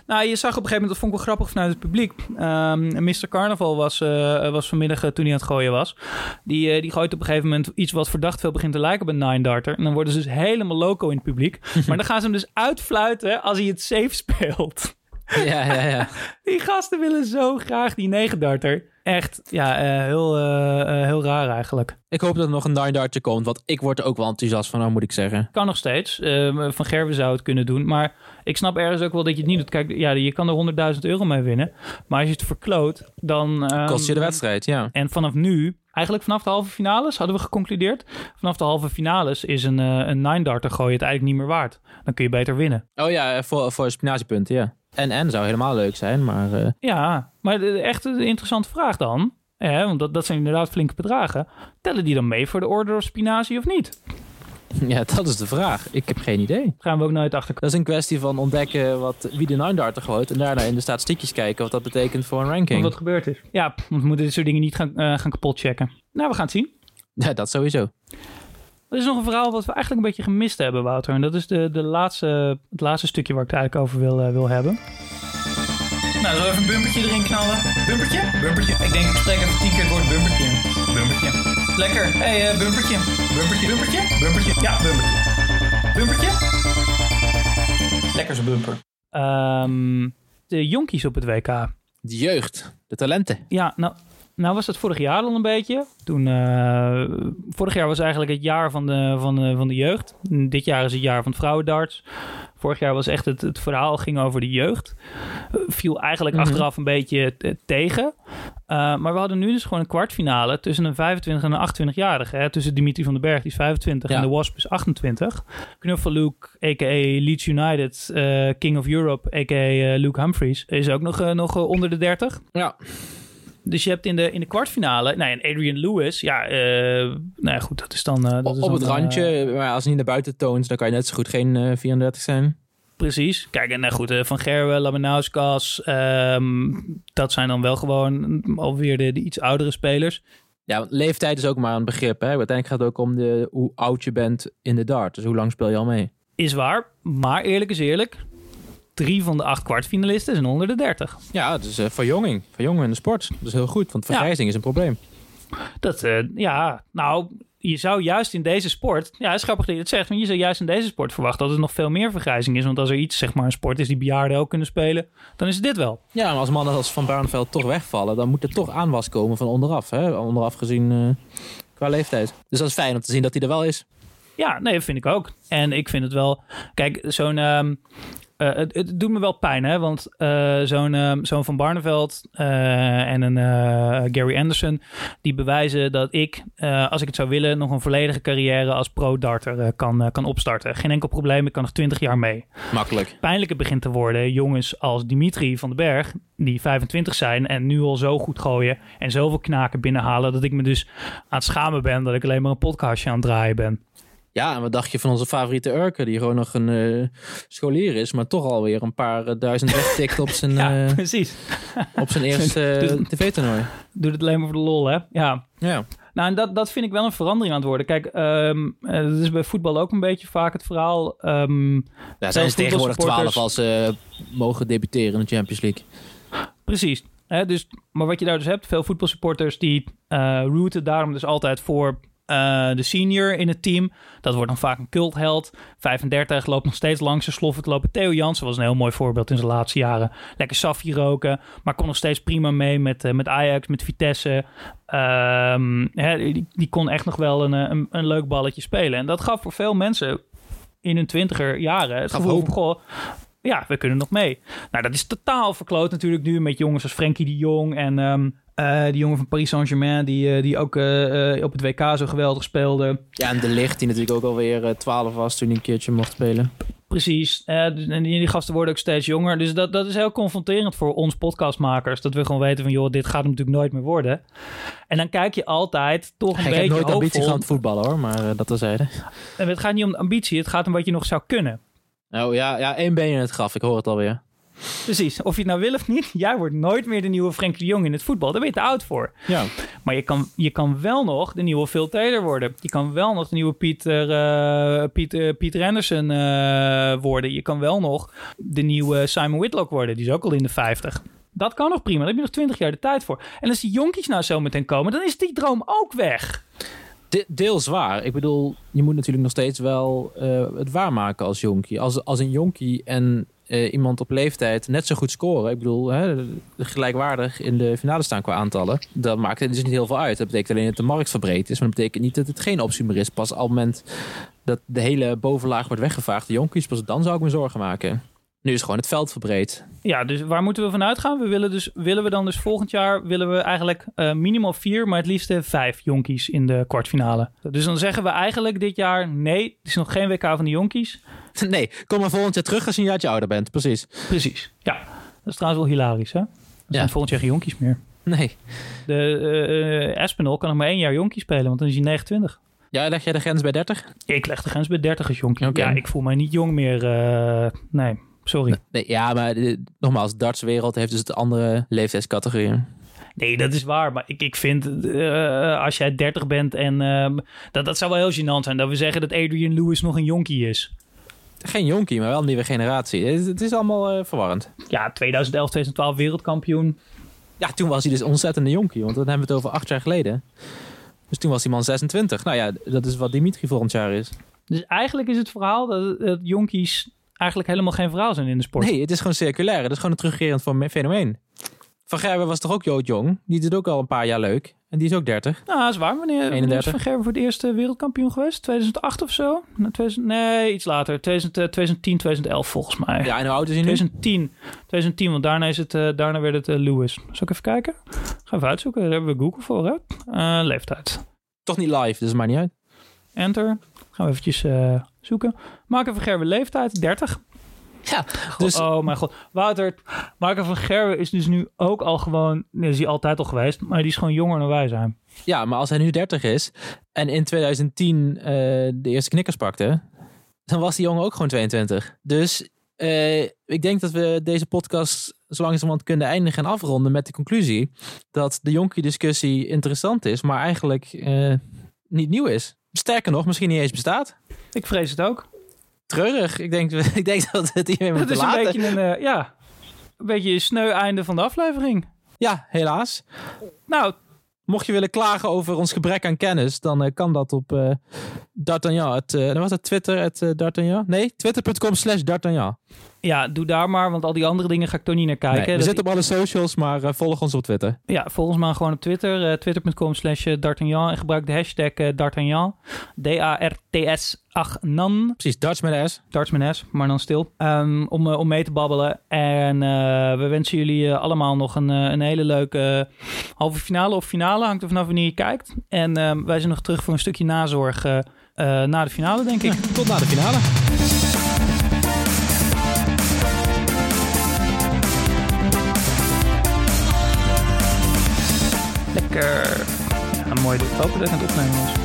Nou, je zag op een gegeven moment, dat vond ik wel grappig vanuit het publiek. Um, mister Carnaval was, uh, was vanmiddag uh, toen hij aan het gooien was. Die, uh, die gooit op een gegeven moment iets wat verdacht veel begint te lijken op een nine-darter. En dan worden ze dus helemaal loco in het publiek. Maar dan gaan ze hem dus uitfluiten als hij het safe speelt. Ja, ja, ja. Die gasten willen zo graag die negen-darter. Echt, ja, uh, heel, uh, uh, heel raar eigenlijk. Ik hoop dat er nog een nine-darter komt, want ik word er ook wel enthousiast van, nou moet ik zeggen. Kan nog steeds. Uh, Van Gerwen zou het kunnen doen. Maar ik snap ergens ook wel dat je het niet doet. Kijk, ja, je kan er honderdduizend euro mee winnen. Maar als je het verkloot, dan... Um, kost je de wedstrijd, ja. En vanaf nu, eigenlijk vanaf de halve finales, hadden we geconcludeerd. Vanaf de halve finales is een, uh, een nine-darter gooien het eigenlijk niet meer waard. Dan kun je beter winnen. Oh ja, voor, voor spinatiepunten, ja. En en zou helemaal leuk zijn, maar... Uh... Ja, maar de, echt een interessante vraag dan. Ja, want dat, dat zijn inderdaad flinke bedragen. Tellen die dan mee voor de Order of Spinazie of niet? Ja, dat is de vraag. Ik heb geen idee. Gaan we ook nooit achter. Dat is een kwestie van ontdekken wat, wie de nine-darter gooit. En daarna in de statistiekjes kijken wat dat betekent voor een ranking. Wat gebeurd is. Ja, want we moeten dit soort dingen niet gaan, uh, gaan kapot checken. Nou, we gaan het zien. Ja, dat sowieso. Er is nog een verhaal wat we eigenlijk een beetje gemist hebben, Wouter. En dat is de, de laatste, het laatste stukje waar ik het eigenlijk over wil, uh, wil hebben. Nou, zo even een bumpertje erin knallen. Bumpertje? Bumpertje. Ik denk, ik spreek even tien keer het woord bumpertje. Bumpertje. Lekker. Hé, hey, uh, bumpertje. Bumpertje. Bumpertje? Bumpertje. Ja, bumpertje. Bumpertje? Lekker zo'n bumper. Um, de jonkies op het W K. De jeugd. De talenten. Ja, nou... Nou was dat vorig jaar al een beetje. Toen, uh, vorig jaar was eigenlijk het jaar van de, van, de, van de jeugd. Dit jaar is het jaar van het vrouwendarts. Vorig jaar was echt het, het verhaal ging over de jeugd. Uh, viel eigenlijk mm-hmm. achteraf een beetje t- tegen. Uh, maar we hadden nu dus gewoon een kwartfinale tussen een vijfentwintig en een achtentwintig-jarige. Hè? Tussen Dimitri van den Berg, die is vijfentwintig, ja. En de Wasp is achtentwintig. Knuffelluke, a k a. Leeds United, uh, King of Europe, a k a. Uh, Luke Humphries, is ook nog, uh, nog uh, onder de dertig. Ja. Dus je hebt in de, in de kwartfinale... Nou, en Adrian Lewis, ja... Uh, nou ja, goed, dat is dan... Uh, dat op is op dan, het randje, uh, maar als hij niet naar buiten toont... dan kan je net zo goed geen uh, vierendertig zijn. Precies. Kijk, en nou goed, uh, Van Gerwen, Labanauskas... Um, dat zijn dan wel gewoon alweer de, de iets oudere spelers. Ja, want leeftijd is ook maar een begrip, hè? Uiteindelijk gaat het ook om de, hoe oud je bent in de dart. Dus hoe lang speel je al mee? Is waar, maar eerlijk is eerlijk... Drie van de acht kwartfinalisten zijn onder de dertig. Ja, het is uh, verjonging. Verjonging in de sport. Dat is heel goed, want vergrijzing ja. is een probleem. Dat, uh, ja, nou, je zou juist in deze sport... Ja, het is grappig dat je het zegt, want je zou juist in deze sport verwachten... dat er nog veel meer vergrijzing is. Want als er iets, zeg maar, een sport is die bejaarden ook kunnen spelen... dan is het dit wel. Ja, maar als mannen als Van Barneveld toch wegvallen... dan moet er toch aanwas komen van onderaf. Hè? Onderaf gezien uh, qua leeftijd. Dus dat is fijn om te zien dat hij er wel is. Ja, nee, dat vind ik ook. En ik vind het wel... Kijk, zo'n... Um, Uh, het, het doet me wel pijn, hè? Want uh, zo'n, uh, zo'n Van Barneveld uh, en een uh, Gary Anderson... die bewijzen dat ik, uh, als ik het zou willen... nog een volledige carrière als pro-darter uh, kan, uh, kan opstarten. Geen enkel probleem, ik kan nog twintig jaar mee. Makkelijk. Pijnlijker begint te worden jongens als Dimitri van den Berg... die vijfentwintig zijn en nu al zo goed gooien... en zoveel knaken binnenhalen... dat ik me dus aan het schamen ben... dat ik alleen maar een podcastje aan het draaien ben. Ja, en wat dacht je van onze favoriete Urker... die gewoon nog een uh, scholier is... maar toch alweer een paar uh, duizend wegtikt op zijn, ja, uh, precies. op zijn eerste uh, Doet, tv-toernooi. Doet het alleen maar voor de lol, hè? Ja. Ja. Nou, en dat, dat vind ik wel een verandering aan het worden. Kijk, um, uh, dat is bij voetbal ook een beetje vaak het verhaal. Um, ja, zijn ze tegenwoordig twaalf als ze uh, mogen debuteren in de Champions League. Precies. Hè, dus, maar wat je daar dus hebt, veel voetbalsupporters die uh, routen daarom dus altijd voor... Uh, de senior in het team. Dat wordt dan vaak een cultheld. vijfendertig, loopt nog steeds langs zijn sloffen te lopen. Theo Jansen was een heel mooi voorbeeld in zijn laatste jaren. Lekker saffie roken, maar kon nog steeds prima mee met, uh, met Ajax, met Vitesse. Um, hè, die, die kon echt nog wel een, een, een leuk balletje spelen. En dat gaf voor veel mensen in hun twintiger jaren het gevoel van, goh, ja, we kunnen nog mee. Nou, dat is totaal verkloot natuurlijk nu met jongens als Frenkie de Jong en... Um, Uh, die jongen van Paris Saint-Germain, die, uh, die ook uh, uh, op het W K zo geweldig speelde. Ja, en De Ligt, die natuurlijk ook alweer uh, twaalf was toen hij een keertje mocht spelen. Precies. Uh, en die, die gasten worden ook steeds jonger. Dus dat, dat is heel confronterend voor ons podcastmakers. Dat we gewoon weten van, joh, dit gaat hem natuurlijk nooit meer worden. En dan kijk je altijd toch een ik beetje heb nooit hoopvol. ambitie van het voetballen, hoor, maar uh, dat terzijde. En het gaat niet om de ambitie, het gaat om wat je nog zou kunnen. Nou ja, ja één been in het graf, ik hoor het alweer. Precies. Of je het nou wil of niet, jij wordt nooit meer de nieuwe Frenkie de Jong in het voetbal. Daar ben je te oud voor. Ja. Maar je kan, je kan wel nog de nieuwe Phil Taylor worden. Je kan wel nog de nieuwe Pieter, uh, Pieter, Pieter Anderson uh, worden. Je kan wel nog de nieuwe Simon Whitlock worden. Die is ook al in de vijftig. Dat kan nog prima. Daar heb je nog twintig jaar de tijd voor. En als die jonkies nou zo meteen komen, dan is die droom ook weg. De, deels waar. Ik bedoel, je moet natuurlijk nog steeds wel uh, het waarmaken als jonkie. Als, als een jonkie en uh, iemand op leeftijd net zo goed scoren. Ik bedoel, hè, gelijkwaardig in de finale staan qua aantallen. Dat maakt het dus niet heel veel uit. Dat betekent alleen dat de markt verbreed is. Maar dat betekent niet dat het geen optie meer is. Pas op het moment dat de hele bovenlaag wordt weggevaagd, de jonkies, pas dan zou ik me zorgen maken. Nu is gewoon het veld verbreed. Ja, dus waar moeten we vanuit gaan? We willen, dus, willen we dan dus volgend jaar willen we eigenlijk uh, minimaal vier, maar het liefst vijf jonkies in de kwartfinale. Dus dan zeggen we eigenlijk dit jaar, nee, het is nog geen W K van de jonkies. Nee, kom maar volgend jaar terug als je een jaartje ouder bent. Precies. Precies, ja. Dat is trouwens wel hilarisch, hè? Er zijn Ja. volgend jaar geen jonkies meer. Nee. De uh, Espinol kan nog maar één jaar jonkie spelen, want dan is hij negenentwintig. Ja, leg jij de grens bij dertig? Ik leg de grens bij dertig als jonkie. Oké. Ja, ik voel mij niet jong meer. Uh, nee, sorry. Nee, ja, maar de, nogmaals, de dartswereld heeft dus het andere leeftijdscategorieën. Nee, dat is waar. Maar ik, ik vind, uh, als jij dertig bent en... Uh, dat, dat zou wel heel gênant zijn. Dat we zeggen dat Adrian Lewis nog een jonkie is. Geen jonkie, maar wel een nieuwe generatie. Het, het is allemaal uh, verwarrend. Ja, twintig elf, twintig twaalf wereldkampioen. Ja, toen was hij dus ontzettende jonkie. Want dan hebben we het over acht jaar geleden. Dus toen was die man zesentwintig. Nou ja, dat is wat Dimitri volgend jaar is. Dus eigenlijk is het verhaal dat, dat jonkies eigenlijk helemaal geen verhaal zijn in de sport. Nee, het is gewoon circulair. Het is gewoon een terugkerend fenomeen. Van Gerwen was toch ook Jood Jong? Die doet ook al een paar jaar leuk. En die is ook dertig. Nou, dat is waar. Wanneer, wanneer is eenendertig. Van Gerwen voor het eerste wereldkampioen geweest? tweeduizend acht of zo? Nee, iets later. twintig tien, twintig elf volgens mij. Ja, en hoe oud is hij nu? twintig tien, twintig tien, want daarna, is het, uh, daarna werd het uh, Lewis. Zal ik even kijken? Ga even uitzoeken. Daar hebben we Google voor, hè? Uh, leeftijd. Toch niet live, dus het maakt niet uit. Enter. Gaan we eventjes uh, zoeken. Marco van Gerwen leeftijd, dertig. Ja, dus... Oh mijn god. Wouter, Marco van Gerwen is dus nu ook al gewoon... Nee, is hij altijd al geweest, maar die is gewoon jonger dan wij zijn. Ja, maar als hij nu dertig is en in twintig tien uh, de eerste knikkers pakte, dan was die jongen ook gewoon tweeëntwintig. Dus uh, ik denk dat we deze podcast zo langzamerhand kunnen eindigen en afronden met de conclusie dat de jonkie-discussie interessant is, maar eigenlijk uh, niet nieuw is. Sterker nog, misschien niet eens bestaat. Ik vrees het ook. Treurig. Ik denk, ik denk dat we het hiermee moeten laten. Het is een beetje een, uh, ja, een beetje een sneu einde van de aflevering. Ja, helaas. Nou, mocht je willen klagen over ons gebrek aan kennis, dan uh, kan dat op uh, D'Artagnan. Het, uh, was het Twitter, het uh, D'Artagnan? Nee, twitter punt com slash D'Artagnan. Ja, doe daar maar, want al die andere dingen ga ik toch niet naar kijken. Nee, we dat zitten op alle socials, maar uh, volg ons op Twitter. Ja, volg ons maar gewoon op Twitter. Uh, twitter punt com slash D'Artagnan. En gebruik de hashtag uh, D'Artagnan. D A R T S Agnan. Precies, Darts met S. Darts met S, maar dan stil. Um, om, uh, om mee te babbelen. En uh, we wensen jullie uh, allemaal nog een, uh, een hele leuke uh, halve finale of finale. Hangt er vanaf wanneer je kijkt. En uh, wij zijn nog terug voor een stukje nazorg uh, uh, na de finale, denk ik. Ja, tot na de finale. Lekker. Ja, mooi dit. Hopen dat ik aan het opnemen was.